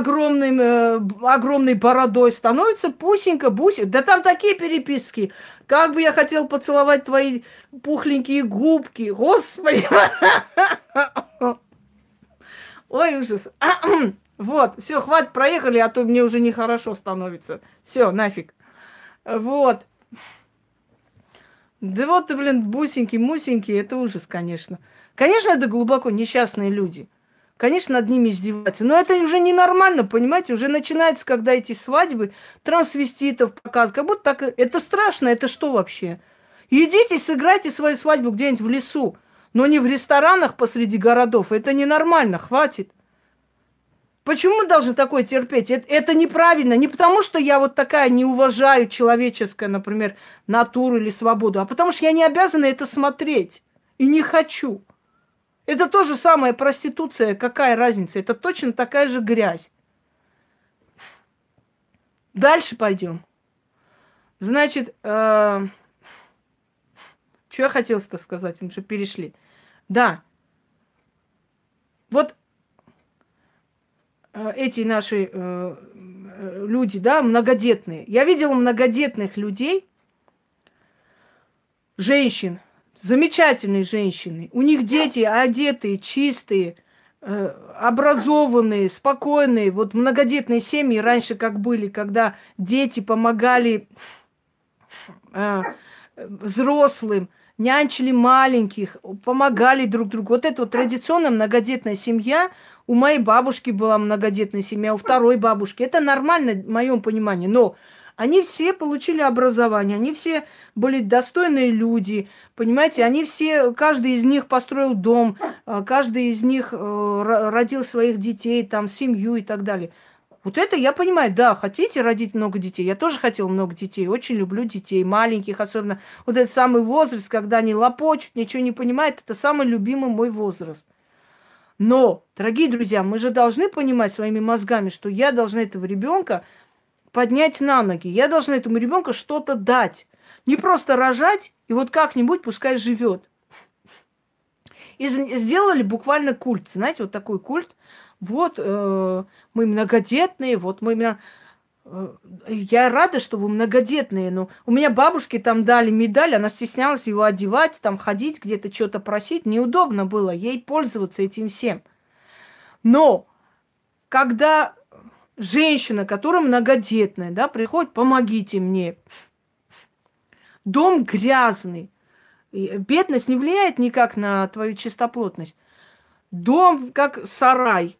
огромной бородой становится пусенька, бусик. Да там такие переписки. Как бы я хотел поцеловать твои пухленькие губки. Господи. Ой, ужас. Вот, все, хватит, проехали, а то мне уже нехорошо становится. Все, нафиг. Вот. Да вот, блин, бусинки-мусинки, это ужас, конечно. Конечно, это глубоко несчастные люди. Конечно, над ними издеваются. Но это уже ненормально, понимаете? Уже начинается, когда эти свадьбы трансвеститов показывают. Как будто так... Это страшно, это что вообще? Идите, сыграйте свою свадьбу где-нибудь в лесу. Но не в ресторанах посреди городов. Это ненормально, хватит. Почему мы должны такое терпеть? Это неправильно. Не потому, что я вот такая не уважаю человеческое, например, натуру или свободу, а потому что я не обязана это смотреть. И не хочу. Это то же самое проституция. Какая разница? Это точно такая же грязь. Дальше пойдем. Значит, что я хотела-то сказать? Мы же перешли. Да. Вот эти наши люди, да, многодетные. Я видела многодетных людей, женщин, замечательные женщины. У них дети одетые, чистые, образованные, спокойные. Вот многодетные семьи раньше как были, когда дети помогали взрослым, нянчили маленьких, помогали друг другу. Вот это вот традиционная многодетная семья. У моей бабушки была многодетная семья, у второй бабушки. Это нормально, в моем понимании. Но они все получили образование, они все были достойные люди, понимаете? Они все, каждый из них построил дом, каждый из них родил своих детей, там, семью и так далее. Вот это я понимаю, да, хотите родить много детей? Я тоже хотела много детей, очень люблю детей, маленьких, особенно. Вот этот самый возраст, когда они лопочут, ничего не понимают, это самый любимый мой возраст. Но, дорогие друзья, мы же должны понимать своими мозгами, что я должна этого ребенка поднять на ноги. Я должна этому ребенку что-то дать. Не просто рожать, и вот как-нибудь пускай живет. И сделали буквально культ. Знаете, вот такой культ. Вот мы многодетные, вот мы именно... Я рада, что вы многодетные, но у меня бабушке там дали медаль, она стеснялась его одевать, там ходить, где-то что-то просить. Неудобно было ей пользоваться этим всем. Но когда женщина, которая многодетная, да, приходит, помогите мне. Дом грязный. Бедность не влияет никак на твою чистоплотность. Дом как сарай.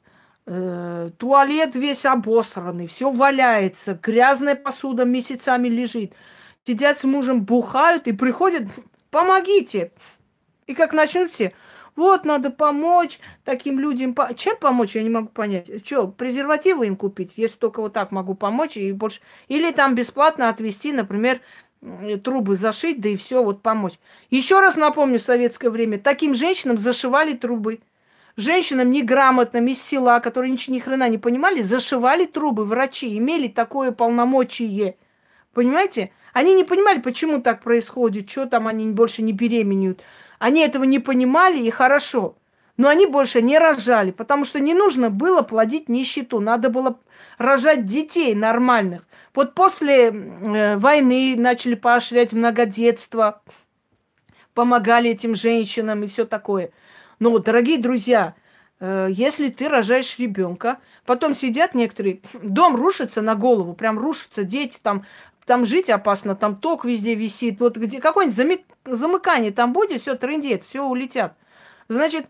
Туалет весь обосранный, все валяется, грязная посуда месяцами лежит. Сидят с мужем, бухают и приходят, помогите. И как начнут все, вот надо помочь таким людям. Чем помочь, я не могу понять. Что, презервативы им купить, если только вот так могу помочь и больше. Или там бесплатно отвезти, например, трубы зашить, да и все, вот помочь. Еще раз напомню, в советское время таким женщинам зашивали трубы. Женщинам неграмотным из села, которые ничего ни хрена не понимали, зашивали трубы. Врачи имели такое полномочие. Понимаете? Они не понимали, почему так происходит, что там они больше не беременеют. Они этого не понимали, и хорошо. Но они больше не рожали, потому что не нужно было плодить нищету. Надо было рожать детей нормальных. Вот после войны начали поощрять многодетство, помогали этим женщинам и все такое. Но, дорогие друзья, если ты рожаешь ребенка, потом сидят некоторые, дом рушится на голову, прям рушится, дети там жить опасно, там ток везде висит, вот где какое-нибудь замыкание там будет, все трындец, все улетят. Значит,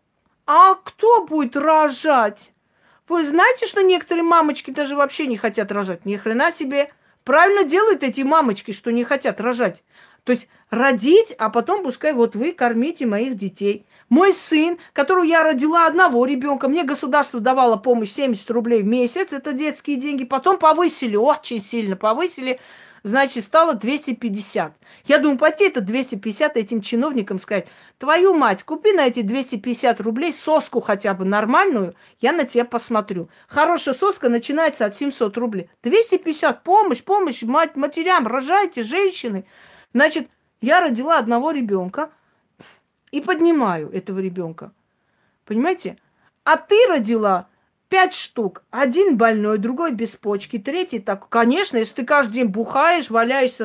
а кто будет рожать? Вы знаете, что некоторые мамочки даже вообще не хотят рожать? Ни хрена себе. Правильно делают эти мамочки, что не хотят рожать. То есть родить, а потом пускай вот вы кормите моих детей. Мой сын, которого я родила одного ребенка, мне государство давало помощь 70 рублей в месяц, это детские деньги, потом повысили, очень сильно повысили, значит, стало 250. Я думаю, пойти это 250 этим чиновникам сказать, твою мать, купи на эти 250 рублей соску хотя бы нормальную, я на тебя посмотрю. Хорошая соска начинается от 700 рублей. 250, помощь, матерям, рожайте, женщины. Значит, я родила одного ребенка и поднимаю этого ребенка. Понимаете? А ты родила 5 штук. Один больной, другой без почки, третий так. Конечно, если ты каждый день бухаешь, валяешься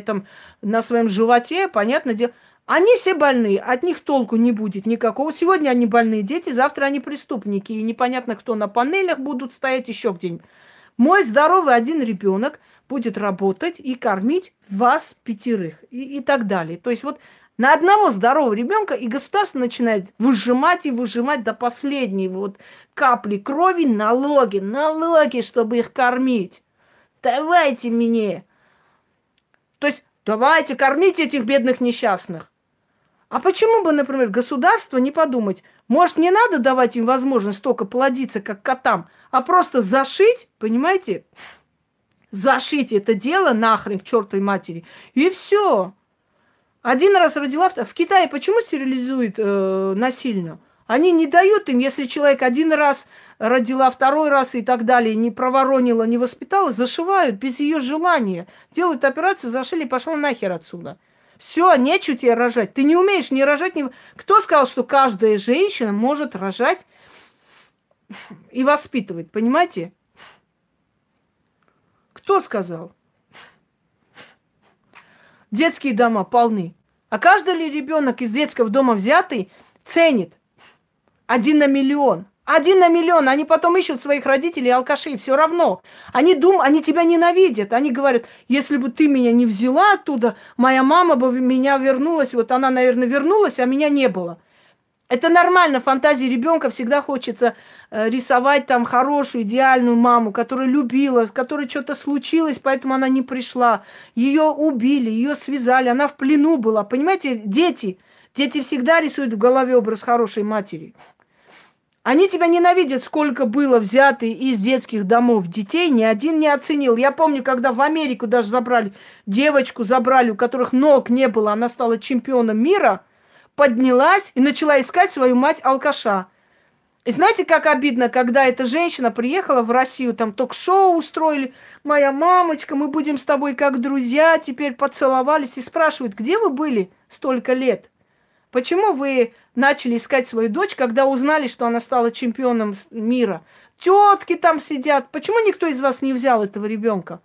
на своем животе, понятное дело. Они все больные, от них толку не будет никакого. Сегодня они больные дети, завтра они преступники. И непонятно, кто на панелях будут стоять еще где-нибудь. Мой здоровый один ребенок будет работать и кормить вас 5 и так далее. То есть вот на одного здорового ребенка и государство начинает выжимать и выжимать до последней вот капли крови налоги, налоги, чтобы их кормить. Давайте мне. То есть давайте кормите этих бедных несчастных. А почему бы, например, государство не подумать, может, не надо давать им возможность столько плодиться, как котам, а просто зашить, понимаете? Зашить это дело нахрен к чертовой матери. И все. Один раз родила, в Китае почему стерилизуют насильно? Они не дают им, если человек один раз родила, второй раз и так далее, не проворонила, не воспитала, зашивают без ее желания. Делают операцию, зашили, пошла нахер отсюда. Все, нечего тебе рожать. Ты не умеешь ни рожать, ни... Кто сказал, что каждая женщина может рожать и воспитывать, понимаете? Кто сказал? Детские дома полны. А каждый ли ребенок из детского дома взятый ценит 1 на миллион? 1 на миллион. Они потом ищут своих родителей, алкашей. Все равно. Они думают, они тебя ненавидят. Они говорят, если бы ты меня не взяла оттуда, моя мама бы меня вернулась. Вот она, наверное, вернулась, а меня не было. Это нормально. В фантазии ребенка всегда хочется рисовать там хорошую, идеальную маму, которая любила, с которой что-то случилось, поэтому она не пришла. Ее убили, ее связали, она в плену была. Понимаете, дети всегда рисуют в голове образ хорошей матери. Они тебя ненавидят, сколько было взято из детских домов детей, ни один не оценил. Я помню, когда в Америку даже забрали, девочку забрали, у которых ног не было, она стала чемпионом мира, поднялась и начала искать свою мать-алкаша. И знаете, как обидно, когда эта женщина приехала в Россию, там ток-шоу устроили, моя мамочка, мы будем с тобой как друзья, теперь поцеловались, и спрашивают, где вы были столько лет? Почему вы начали искать свою дочь, когда узнали, что она стала чемпионом мира? Тетки там сидят. Почему никто из вас не взял этого ребенка?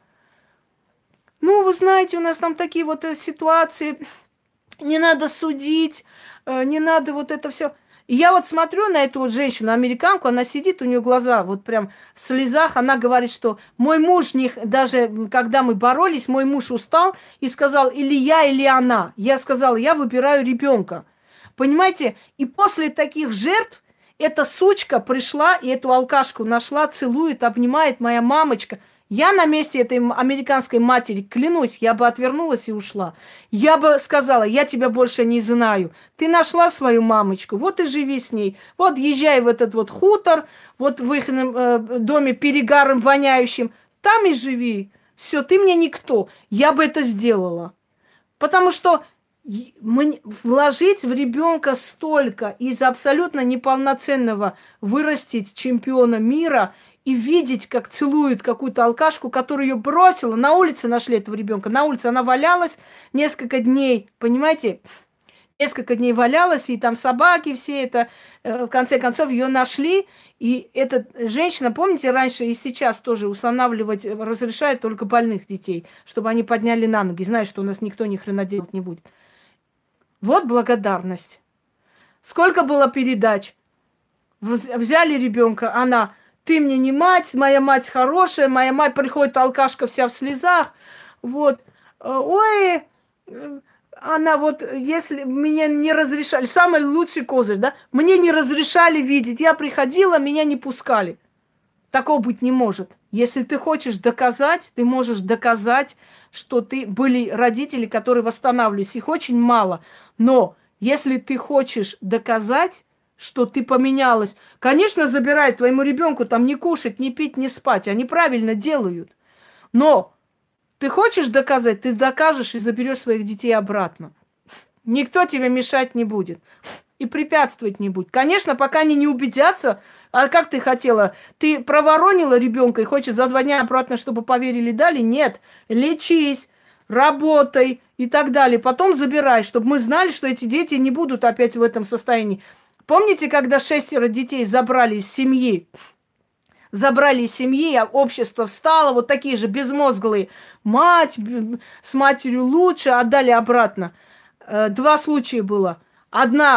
Ну, вы знаете, у нас там такие вот ситуации. Не надо судить, не надо вот это все. И я вот смотрю на эту вот женщину, американку, она сидит, у нее глаза вот прям в слезах. Она говорит, что мой муж, даже когда мы боролись, мой муж устал и сказал, или я, или она. Я сказала, я выбираю ребенка. Понимаете, и после таких жертв эта сучка пришла и эту алкашку нашла, целует, обнимает, моя мамочка. Я на месте этой американской матери, клянусь, я бы отвернулась и ушла. Я бы сказала, я тебя больше не знаю. Ты нашла свою мамочку, вот и живи с ней. Вот езжай в этот вот хутор, вот в их доме перегаром воняющим, там и живи. Все, ты мне никто. Я бы это сделала. Потому что вложить в ребенка столько из абсолютно неполноценного вырастить чемпиона мира и видеть, как целует какую-то алкашку, которая ее бросила. На улице нашли этого ребенка. На улице она валялась несколько дней, понимаете? Несколько дней валялась, и там собаки все это. В конце концов, ее нашли. И эта женщина, помните, раньше и сейчас тоже устанавливать разрешают только больных детей, чтобы они подняли на ноги, зная, что у нас никто ни хрена делать не будет. Вот благодарность. Сколько было передач? Взяли ребенка, она, ты мне не мать, моя мать хорошая, моя мать приходит алкашка вся в слезах, вот, ой, она вот, если мне не разрешали, самый лучший козырь, да, мне не разрешали видеть, я приходила, меня не пускали. Такого быть не может. Если ты хочешь доказать, ты можешь доказать, что были родители, которые восстанавливались. Их очень мало. Но если ты хочешь доказать, что ты поменялась, конечно, забирай твоему ребенку там не кушать, не пить, не спать. Они правильно делают. Но ты хочешь доказать, ты докажешь и заберешь своих детей обратно. Никто тебе мешать не будет. И препятствовать не будет. Конечно, пока они не убедятся, а как ты хотела? Ты проворонила ребенка и хочешь за 2 дня обратно, чтобы поверили, дали? Нет. Лечись, работай и так далее. Потом забирай, чтобы мы знали, что эти дети не будут опять в этом состоянии. Помните, когда 6 детей забрали из семьи? Забрали из семьи, а общество встало, вот такие же безмозглые. Мать с матерью лучше, отдали обратно. 2 случая было. Одна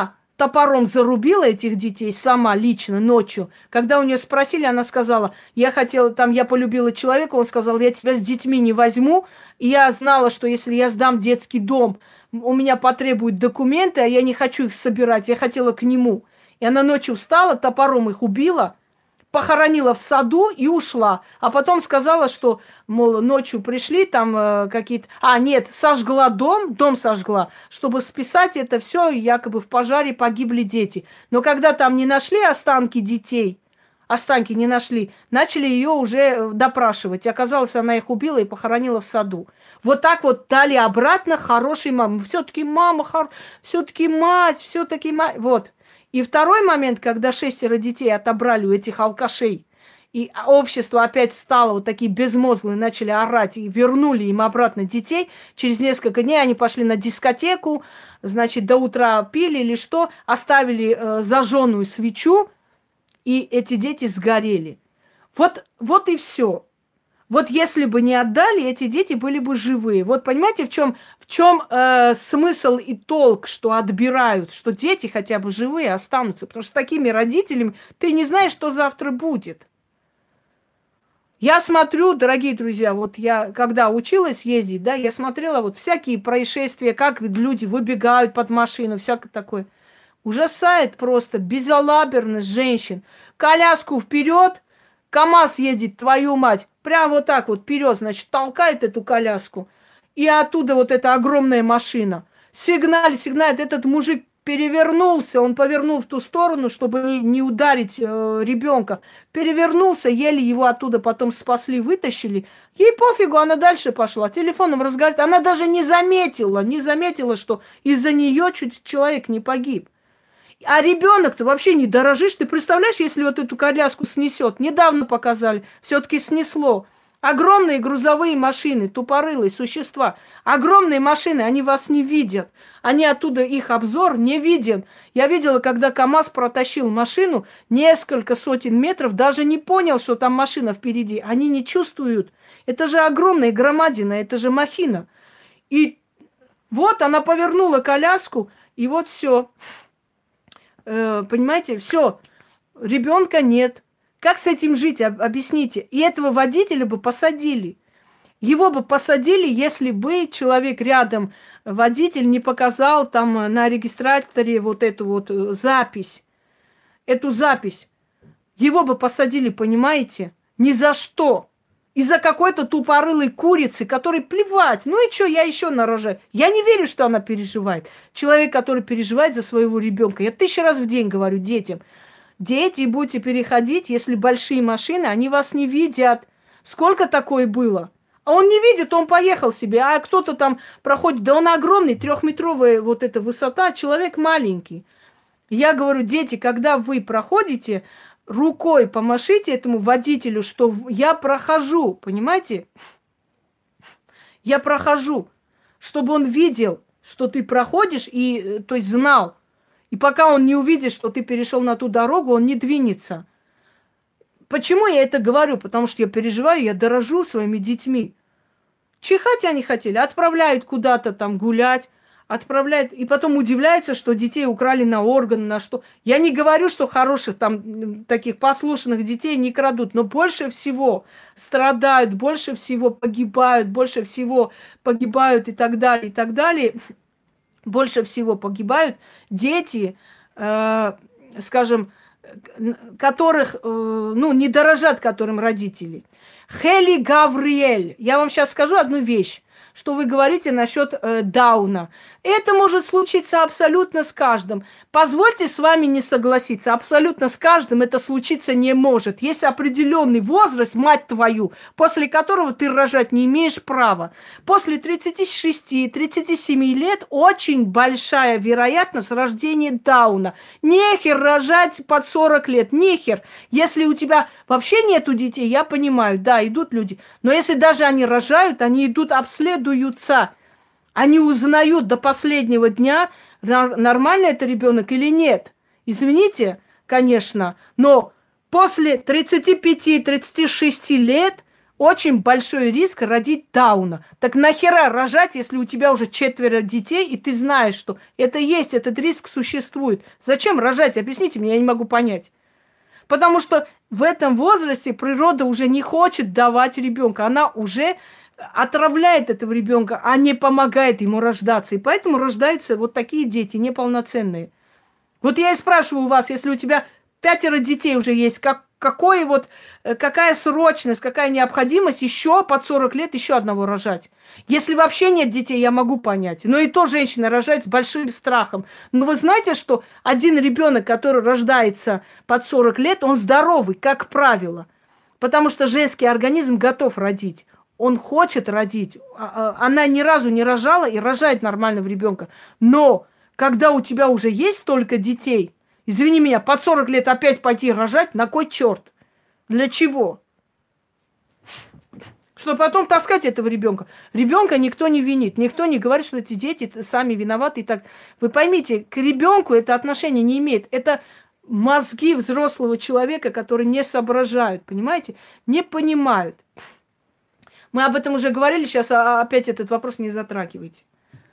топором зарубила этих детей сама лично ночью. Когда у нее спросили, она сказала, я полюбила человека, он сказал, я тебя с детьми не возьму. И я знала, что если я сдам детский дом, у меня потребуют документы, а я не хочу их собирать, я хотела к нему. И она ночью встала, топором их убила, похоронила в саду и ушла. А потом сказала, что, мол, ночью пришли там какие-то... нет, сожгла дом сожгла, чтобы списать это все, якобы в пожаре погибли дети. Но когда там не нашли останки детей, не нашли, начали ее уже допрашивать. И оказалось, она их убила и похоронила в саду. Вот так вот дали обратно хорошей маме. Все-таки мама, все-таки мать. Вот. И второй момент, когда 6 детей отобрали у этих алкашей, и общество опять стало вот такие безмозглые, начали орать, и вернули им обратно детей. Через несколько дней они пошли на дискотеку, значит, до утра пили или что, оставили зажженную свечу, и эти дети сгорели. Вот и все. Вот если бы не отдали, эти дети были бы живые. Вот понимаете, в чем смысл и толк, что отбирают, что дети хотя бы живые останутся. Потому что с такими родителями ты не знаешь, что завтра будет. Я смотрю, дорогие друзья, вот я когда училась ездить, да, я смотрела вот всякие происшествия, как люди выбегают под машину, всякое такое. Ужасает просто безалаберность женщин. Коляску вперед, КамАЗ едет, твою мать. Прямо вот так вот вперед, значит, толкает эту коляску. И оттуда вот эта огромная машина. Сигналит. Этот мужик перевернулся. Он повернул в ту сторону, чтобы не ударить ребенка. Перевернулся, еле его оттуда потом спасли, вытащили. Ей пофигу, она дальше пошла. Телефоном разговаривает. Она даже не заметила, что из-за нее чуть человек не погиб. А ребенок-то вообще не дорожишь. Ты представляешь, если вот эту коляску снесет? Недавно показали, все-таки снесло. Огромные грузовые машины, тупорылые существа. Огромные машины, они вас не видят. Они оттуда, их обзор не виден. Я видела, когда КамАЗ протащил машину несколько сотен метров, даже не понял, что там машина впереди. Они не чувствуют. Это же огромная громадина, это же махина. И вот она повернула коляску, и вот все. Понимаете, все, ребенка нет. Как с этим жить, объясните? И этого водителя бы посадили. Его бы посадили, если бы человек рядом, водитель, не показал там на регистраторе вот эту вот запись. Эту запись. Его бы посадили, понимаете? Ни за что. Из-за какой-то тупорылой курицы, которой плевать. Ну и что, я еще нарожаю. Я не верю, что она переживает. Человек, который переживает за своего ребенка. Я 1000 раз в день говорю детям. Дети, будете переходить, если большие машины, они вас не видят. Сколько такое было? А он не видит, он поехал себе. А кто-то там проходит. Да он огромный, 3-метровая вот эта высота, человек маленький. Я говорю, дети, когда вы проходите, рукой помашите этому водителю, что я прохожу, понимаете? Я прохожу, чтобы он видел, что ты проходишь, и, то есть знал. И пока он не увидит, что ты перешел на ту дорогу, он не двинется. Почему я это говорю? Потому что я переживаю, я дорожу своими детьми. Чихать они хотели, отправляют куда-то там гулять, отправляют, и потом удивляются, что детей украли на органы, на что. Я не говорю, что хороших там таких послушных детей не крадут, но больше всего страдают, больше всего погибают и так далее, и так далее. Больше всего погибают дети, скажем, которых, не дорожат которым родители. Хели Гавриэль. Я вам сейчас скажу одну вещь, что вы говорите насчет Дауна. Это может случиться абсолютно с каждым. Позвольте с вами не согласиться. Абсолютно с каждым это случиться не может. Есть определенный возраст, мать твою, после которого ты рожать не имеешь права. После 36-37 лет очень большая вероятность рождения Дауна. Нехер рожать под 40 лет. Нехер. Если у тебя вообще нету детей, я понимаю, да, идут люди. Но если даже они рожают, они идут, обследуются. Они узнают до последнего дня, нормально это ребенок или нет. Извините, конечно, но после 35-36 лет Очень большой риск родить Дауна. Так нахера рожать, если у тебя уже 4 детей, и ты знаешь, что это есть, этот риск существует? Зачем рожать? Объясните мне, я не могу понять. Потому что в этом возрасте природа уже не хочет давать ребенка. Она уже отравляет этого ребенка, а не помогает ему рождаться. И поэтому рождаются вот такие дети, неполноценные. Вот я и спрашиваю у вас, если у тебя 5 детей уже есть, какая срочность, какая необходимость еще под 40 лет еще одного рожать? Если вообще нет детей, я могу понять. Но и то женщина рожает с большим страхом. Но вы знаете, что один ребенок, который рождается под 40 лет, он здоровый, как правило. Потому что женский организм готов родить. Он хочет родить. Она ни разу не рожала и рожает нормального ребенка. Но когда у тебя уже есть столько детей, извини меня, под 40 лет опять пойти рожать, на кой черт? Для чего? Чтобы потом таскать этого ребенка. Ребенка никто не винит, никто не говорит, что эти дети сами виноваты и так. Вы поймите, к ребенку это отношение не имеет. Это мозги взрослого человека, которые не соображают, понимаете? Не понимают. Мы об этом уже говорили, сейчас опять этот вопрос не затрагивайте.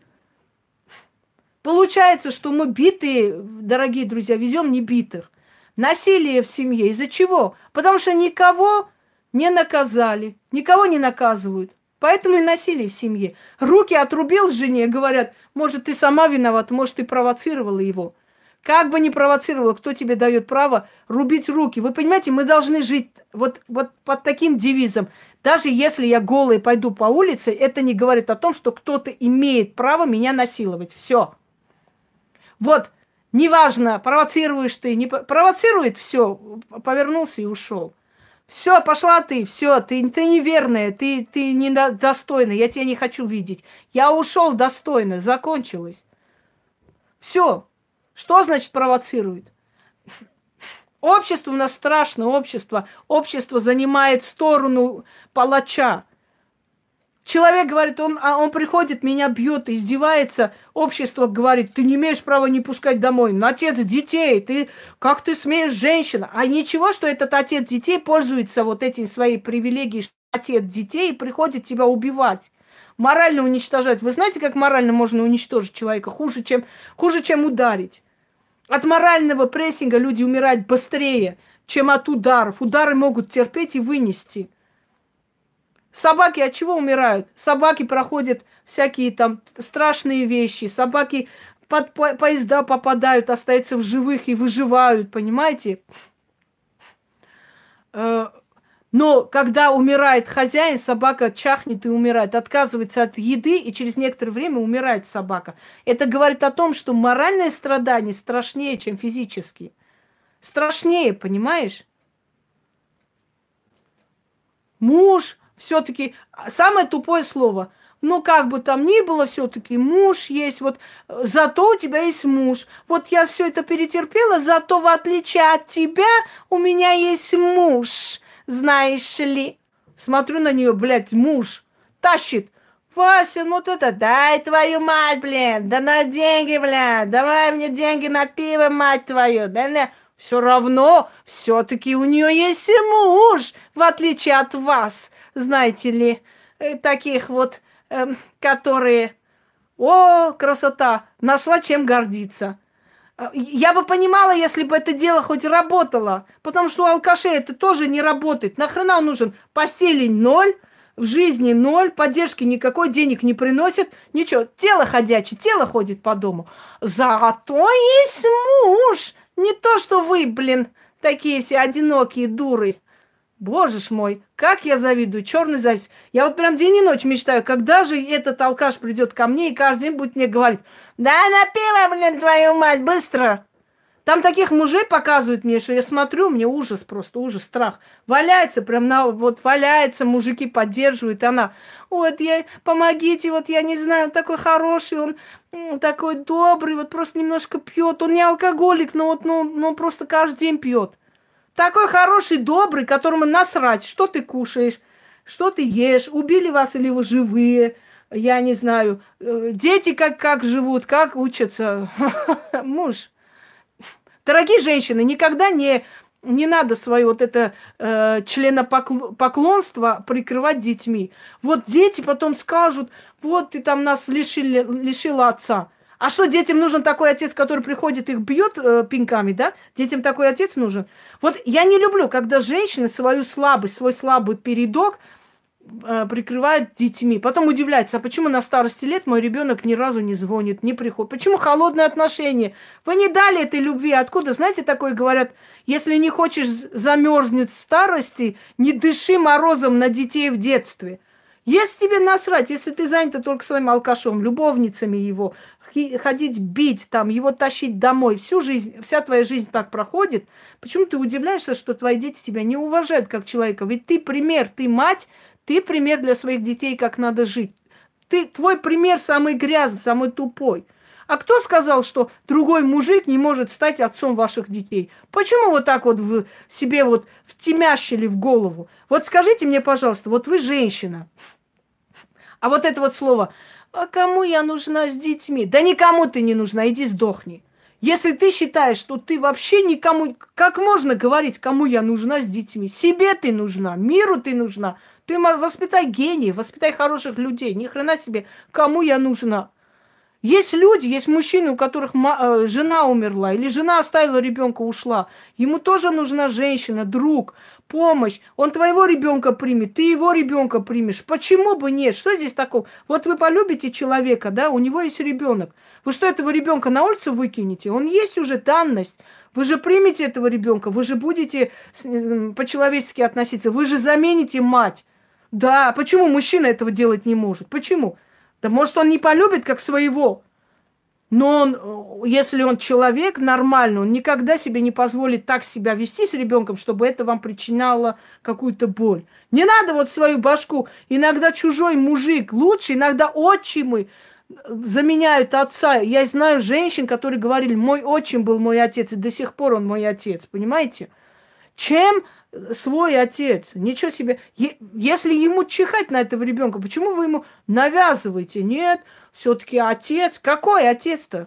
Получается, что мы битые, дорогие друзья, везем не битых. Насилие в семье. Из-за чего? Потому что никого не наказали, никого не наказывают. Поэтому и насилие в семье. Руки отрубил жене, говорят, может, ты сама виновата, может, ты провоцировала его. Как бы ни провоцировала, кто тебе дает право рубить руки? Вы понимаете, мы должны жить вот под таким девизом. Даже если я голая пойду по улице, это не говорит о том, что кто-то имеет право меня насиловать. Все. Вот, неважно, провоцируешь ты, не провоцирует, все, повернулся и ушел. Все, пошла ты, все, ты неверная, ты недостойная, я тебя не хочу видеть. Я ушел достойно, закончилось. Все. Что значит провоцирует? Общество у нас страшное, общество. Общество занимает сторону палача. Человек говорит, он приходит, меня бьет, издевается. Общество говорит, ты не имеешь права не пускать домой. Отец детей, как ты смеешь, женщина? А ничего, что этот отец детей пользуется вот этим своей привилегией, что отец детей приходит тебя убивать. Морально уничтожать. Вы знаете, как морально можно уничтожить человека? Хуже, чем ударить. От морального прессинга люди умирают быстрее, чем от ударов. Удары могут терпеть и вынести. Собаки от чего умирают? Собаки проходят всякие там страшные вещи. Собаки под поезда попадают, остаются в живых и выживают, понимаете? Но когда умирает хозяин, собака чахнет и умирает, отказывается от еды, и через некоторое время умирает собака. Это говорит о том, что моральные страдания страшнее, чем физические. Страшнее, понимаешь? Муж все-таки, самое тупое слово. Ну, как бы там ни было, все-таки муж есть. Вот зато у тебя есть муж. Вот я все это перетерпела, зато в отличие от тебя у меня есть муж. Знаешь ли? Смотрю на нее, блядь, муж тащит. Вася, ну это дай твою мать, блин. Да на деньги, блядь. Давай мне деньги на пиво, мать твою. Да. Все равно, все-таки у нее есть и муж, в отличие от вас, знаете ли, таких вот, которые, о, красота, нашла чем гордиться. Я бы понимала, если бы это дело хоть работало, потому что у алкашей это тоже не работает. Нахрена он нужен? Постели 0, в жизни 0, поддержки никакой, денег не приносит, ничего. Тело ходячее, тело ходит по дому. Зато есть муж. Не то, что вы, блин, такие все одинокие дуры. Боже ж мой, как я завидую, черный зависть. Я вот прям день и ночь мечтаю, когда же этот алкаш придет ко мне и каждый день будет мне говорить, да на пиво, блин, твою мать, быстро. Там таких мужей показывают мне, что я смотрю, мне ужас просто, ужас, страх. Валяется, прям валяется, мужики поддерживают, она, вот помогите, вот я не знаю, такой хороший, он такой добрый, вот просто немножко пьет, он не алкоголик, но просто каждый день пьет. Такой хороший, добрый, которому насрать, что ты кушаешь, что ты ешь, убили вас или вы живые, я не знаю, дети как живут, как учатся, муж. Дорогие женщины, никогда не Не надо свое вот это членопоклонство прикрывать детьми. Вот дети потом скажут, вот ты там нас лишила отца. А что, детям нужен такой отец, который приходит, их бьет пинками, да? Детям такой отец нужен. Вот я не люблю, когда женщины свою слабость, свой слабый передок прикрывают детьми. Потом удивляются, а почему на старости лет мой ребенок ни разу не звонит, не приходит? Почему холодные отношения? Вы не дали этой любви. Откуда? Знаете, такое говорят, если не хочешь замерзнуть в старости, не дыши морозом на детей в детстве. Если тебе насрать, если ты занята только своим алкашом, любовницами его, ходить бить, там, его тащить домой, всю жизнь, вся твоя жизнь так проходит, почему ты удивляешься, что твои дети тебя не уважают как человека? Ведь ты пример, ты мать, ты пример для своих детей, как надо жить. Твой пример самый грязный, самый тупой. А кто сказал, что другой мужик не может стать отцом ваших детей? Почему вот так вот себе вот втемящили в голову? Вот скажите мне, пожалуйста, вот вы женщина, а вот это вот слово, а кому я нужна с детьми? Да никому ты не нужна, иди сдохни. Если ты считаешь, что ты вообще никому... Как можно говорить, кому я нужна с детьми? Себе ты нужна, миру ты нужна. Ты воспитай гениев, воспитай хороших людей. Ни хрена себе, кому я нужна. Есть люди, есть мужчины, у которых жена умерла, или жена оставила ребенка, ушла. Ему тоже нужна женщина, друг, помощь. Он твоего ребенка примет, ты его ребенка примешь. Почему бы нет? Что здесь такого? Вот вы полюбите человека, да, у него есть ребенок. Вы что, этого ребенка на улицу выкинете? Он есть уже данность. Вы же примете этого ребенка, вы же будете по-человечески относиться, вы же замените мать. Да, почему мужчина этого делать не может? Почему? Да может, он не полюбит как своего. Но он, если он человек нормальный, он никогда себе не позволит так себя вести с ребенком, чтобы это вам причиняло какую-то боль. Не надо вот свою башку. Иногда чужой мужик лучше, иногда отчимы заменяют отца. Я знаю женщин, которые говорили, мой отчим был мой отец, и до сих пор он мой отец. Понимаете? Чем свой отец? Ничего себе. Если ему чихать на этого ребенка, почему вы ему навязываете? Нет, все-таки отец. Какой отец-то?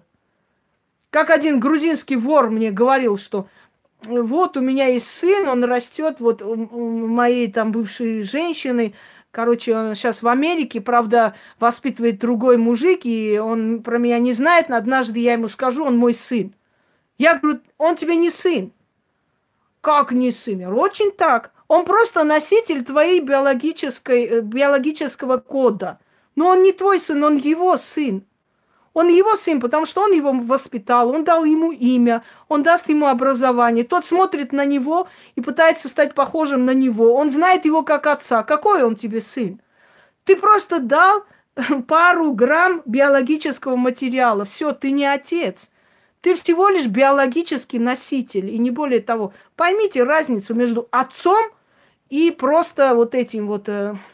Как один грузинский вор мне говорил, что вот у меня есть сын, он растет, вот у моей там бывшей женщины, короче, он сейчас в Америке, правда, воспитывает другой мужик, и он про меня не знает, однажды я ему скажу, он мой сын. Я говорю, он тебе не сын. Как не сын? Очень так. Он просто носитель твоей биологического кода. Но он не твой сын, он его сын. Он его сын, потому что он его воспитал, он дал ему имя, он даст ему образование. Тот смотрит на него и пытается стать похожим на него. Он знает его как отца. Какой он тебе сын? Ты просто дал пару грамм биологического материала. Все, ты не отец. Ты всего лишь биологический носитель, и не более того. Поймите разницу между отцом и просто вот этим вот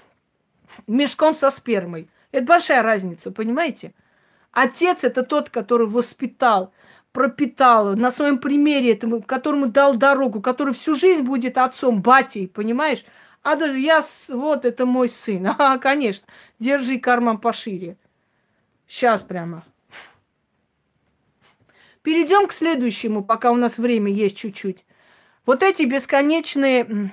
мешком со спермой. Это большая разница, понимаете? Отец – это тот, который воспитал, пропитал, на своем примере, этому, которому дал дорогу, который всю жизнь будет отцом, батей, понимаешь? А вот это мой сын. А, конечно, держи карман пошире. Сейчас прямо. Перейдем к следующему, пока у нас время есть чуть-чуть. Вот эти бесконечные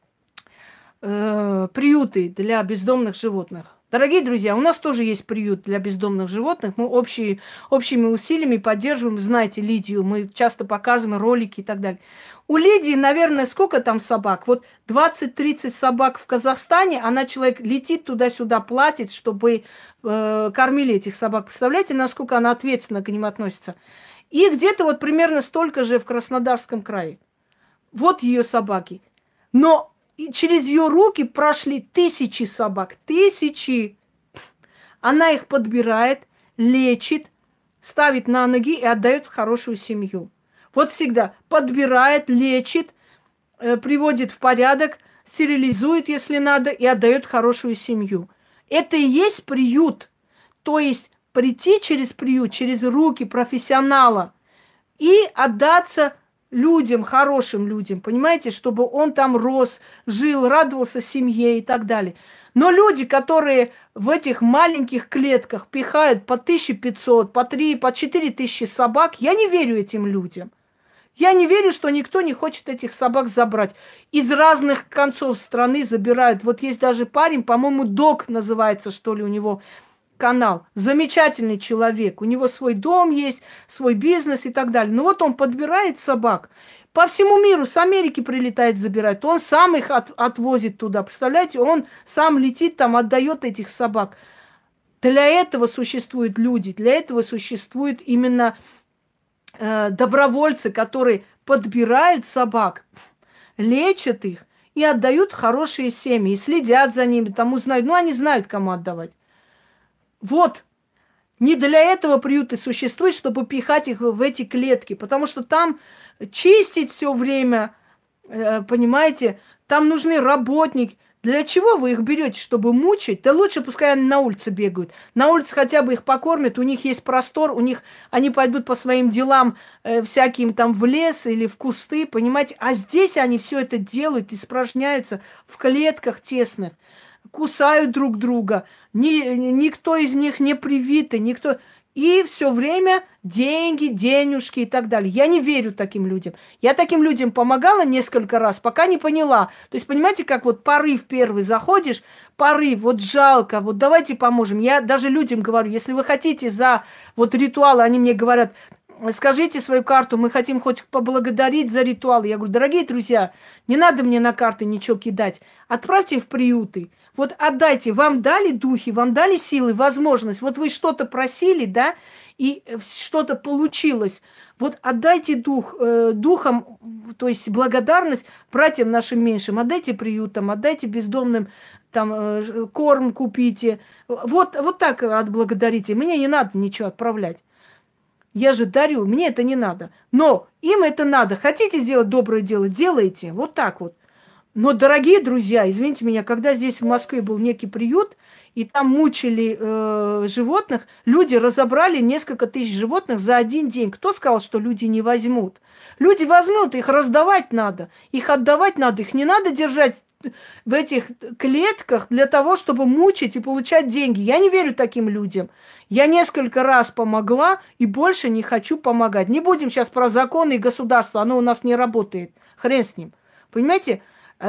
приюты для бездомных животных. Дорогие друзья, у нас тоже есть приют для бездомных животных. Мы общими усилиями поддерживаем, знаете, Лидию. Мы часто показываем ролики и так далее. У Лидии, наверное, сколько там собак? Вот 20-30 собак в Казахстане. Она, человек, летит туда-сюда, платит, чтобы кормили этих собак. Представляете, насколько она ответственно к ним относится? И где-то вот примерно столько же в Краснодарском крае. Вот ее собаки. Но через ее руки прошли тысячи собак. Тысячи. Она их подбирает, лечит, ставит на ноги и отдает в хорошую семью. Вот всегда подбирает, лечит, приводит в порядок, стерилизует, если надо, и отдает в хорошую семью. Это и есть приют. То есть прийти через приют, через руки профессионала и отдаться людям, хорошим людям, понимаете, чтобы он там рос, жил, радовался семье и так далее. Но люди, которые в этих маленьких клетках пихают по 1500, по 3, по 4000 собак, я не верю этим людям. Я не верю, что никто не хочет этих собак забрать. Из разных концов страны забирают. Вот есть даже парень, по-моему, Док называется, что ли, у него канал. Замечательный человек. У него свой дом есть, свой бизнес и так далее. Но вот он подбирает собак. По всему миру, с Америки прилетает, забирает. Он сам их отвозит туда. Представляете, он сам летит там, отдает этих собак. Для этого существуют люди, для этого существуют именно добровольцы, которые подбирают собак, лечат их и отдают в хорошие семьи, и следят за ними, там узнают. Ну, они знают, кому отдавать. Вот. Не для этого приюты существуют, чтобы пихать их в эти клетки, потому что там чистить все время, понимаете, там нужны работники. Для чего вы их берете, чтобы мучить? Да лучше пускай они на улице бегают. На улице хотя бы их покормят, у них есть простор, они пойдут по своим делам всяким там в лес или в кусты, понимаете? А здесь они все это делают, испражняются в клетках тесных, кусают друг друга. Никто из них не привитый, никто... И все время деньги, денежки и так далее. Я не верю таким людям. Я таким людям помогала несколько раз, пока не поняла. То есть, понимаете, как вот порыв первый заходишь, порыв, вот жалко, вот давайте поможем. Я даже людям говорю, если вы хотите за вот ритуалы, они мне говорят, скажите свою карту, мы хотим хоть поблагодарить за ритуалы. Я говорю, дорогие друзья, не надо мне на карты ничего кидать. Отправьте в приюты. Вот отдайте, вам дали духи, вам дали силы, возможность. Вот вы что-то просили, да, и что-то получилось. Вот отдайте духам, то есть благодарность братьям нашим меньшим. Отдайте приютам, отдайте бездомным, там, корм купите. Вот так отблагодарите. Мне не надо ничего отправлять. Я же дарю, мне это не надо. Но им это надо. Хотите сделать доброе дело, делайте. Вот так вот. Но, дорогие друзья, извините меня, когда здесь в Москве был некий приют, и там мучили животных, люди разобрали несколько тысяч животных за один день. Кто сказал, что люди не возьмут? Люди возьмут, их раздавать надо, их отдавать надо, их не надо держать в этих клетках для того, чтобы мучить и получать деньги. Я не верю таким людям. Я несколько раз помогла и больше не хочу помогать. Не будем сейчас про законы и государство, оно у нас не работает. Хрен с ним. Понимаете?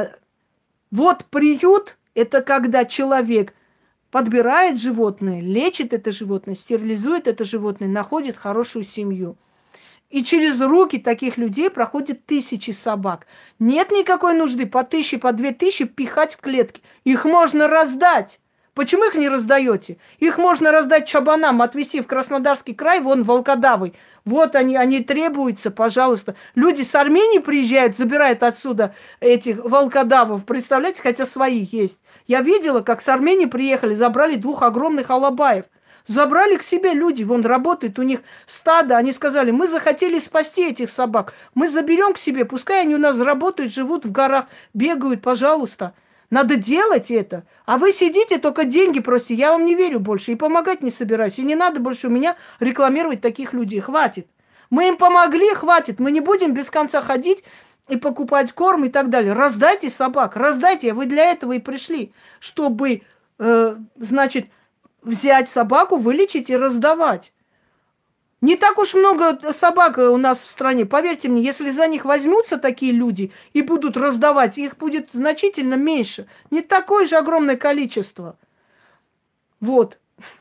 Вот приют – это когда человек подбирает животное, лечит это животное, стерилизует это животное, находит хорошую семью. И через руки таких людей проходят тысячи собак. Нет никакой нужды по 1000, по 2000 пихать в клетки. Их можно раздать. Почему их не раздаете? Их можно раздать чабанам, отвезти в Краснодарский край, вон волкодавы. Вот они требуются, пожалуйста. Люди с Армении приезжают, забирают отсюда этих волкодавов. Представляете, хотя свои есть. Я видела, как с Армении приехали, забрали 2 огромных алабаев. Забрали к себе люди, вон работают, у них стадо. Они сказали, мы захотели спасти этих собак. Мы заберем к себе, пускай они у нас работают, живут в горах, бегают, пожалуйста. Надо делать это. А вы сидите, только деньги просите. Я вам не верю больше и помогать не собираюсь. И не надо больше у меня рекламировать таких людей. Хватит. Мы им помогли, хватит. Мы не будем без конца ходить и покупать корм и так далее. Раздайте собак, раздайте. Вы для этого и пришли, чтобы, значит, взять собаку, вылечить и раздавать. Не так уж много собак у нас в стране. Поверьте мне, если за них возьмутся такие люди и будут раздавать, их будет значительно меньше. Не такое же огромное количество. Вот.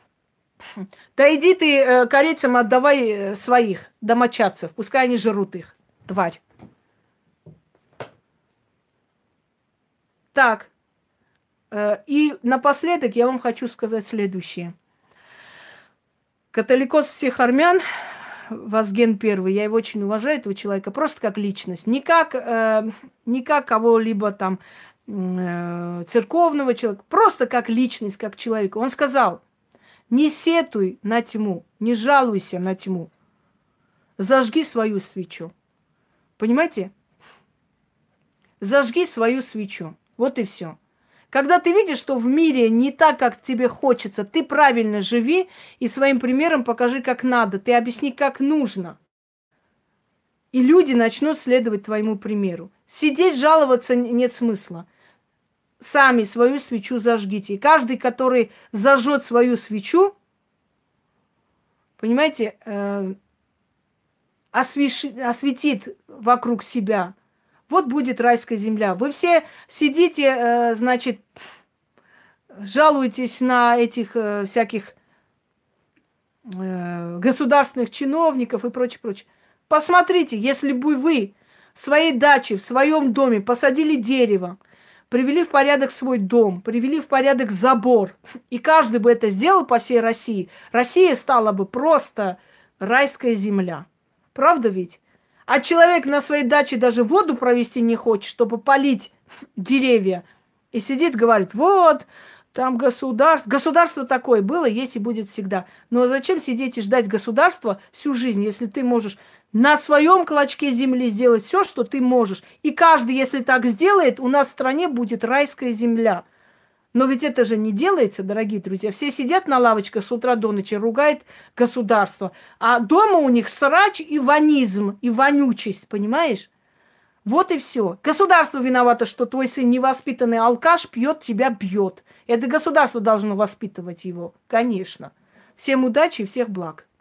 Да иди ты корейцам отдавай своих домочадцев. Пускай они жрут их, тварь. Так. И напоследок я вам хочу сказать следующее. Католикос всех армян, Вазген I, я его очень уважаю, этого человека, просто как личность. Не как кого-либо там церковного человека, просто как личность, как человека. Он сказал, не сетуй на тьму, не жалуйся на тьму, зажги свою свечу. Понимаете? Зажги свою свечу. Вот и все. Когда ты видишь, что в мире не так, как тебе хочется, ты правильно живи и своим примером покажи, как надо. Ты объясни, как нужно. И люди начнут следовать твоему примеру. Сидеть, жаловаться нет смысла. Сами свою свечу зажгите. И каждый, который зажжет свою свечу, понимаете, осветит вокруг себя, вот будет райская земля. Вы все сидите, значит, жалуетесь на этих всяких государственных чиновников и прочее, прочее. Посмотрите, если бы вы в своей даче, в своем доме посадили дерево, привели в порядок свой дом, привели в порядок забор, и каждый бы это сделал по всей России, Россия стала бы просто райская земля. Правда ведь? А человек на своей даче даже воду провести не хочет, чтобы полить деревья. И сидит, говорит, вот, там государство. Государство такое было, есть и будет всегда. Но зачем сидеть и ждать государства всю жизнь, если ты можешь на своем клочке земли сделать все, что ты можешь. И каждый, если так сделает, у нас в стране будет райская земля. Но ведь это же не делается, дорогие друзья. Все сидят на лавочках с утра до ночи, ругают государство. А дома у них срач и ванизм, и вонючесть, понимаешь? Вот и все. Государство виновато, что твой сын невоспитанный алкаш пьет, тебя бьет. Это государство должно воспитывать его, конечно. Всем удачи и всех благ.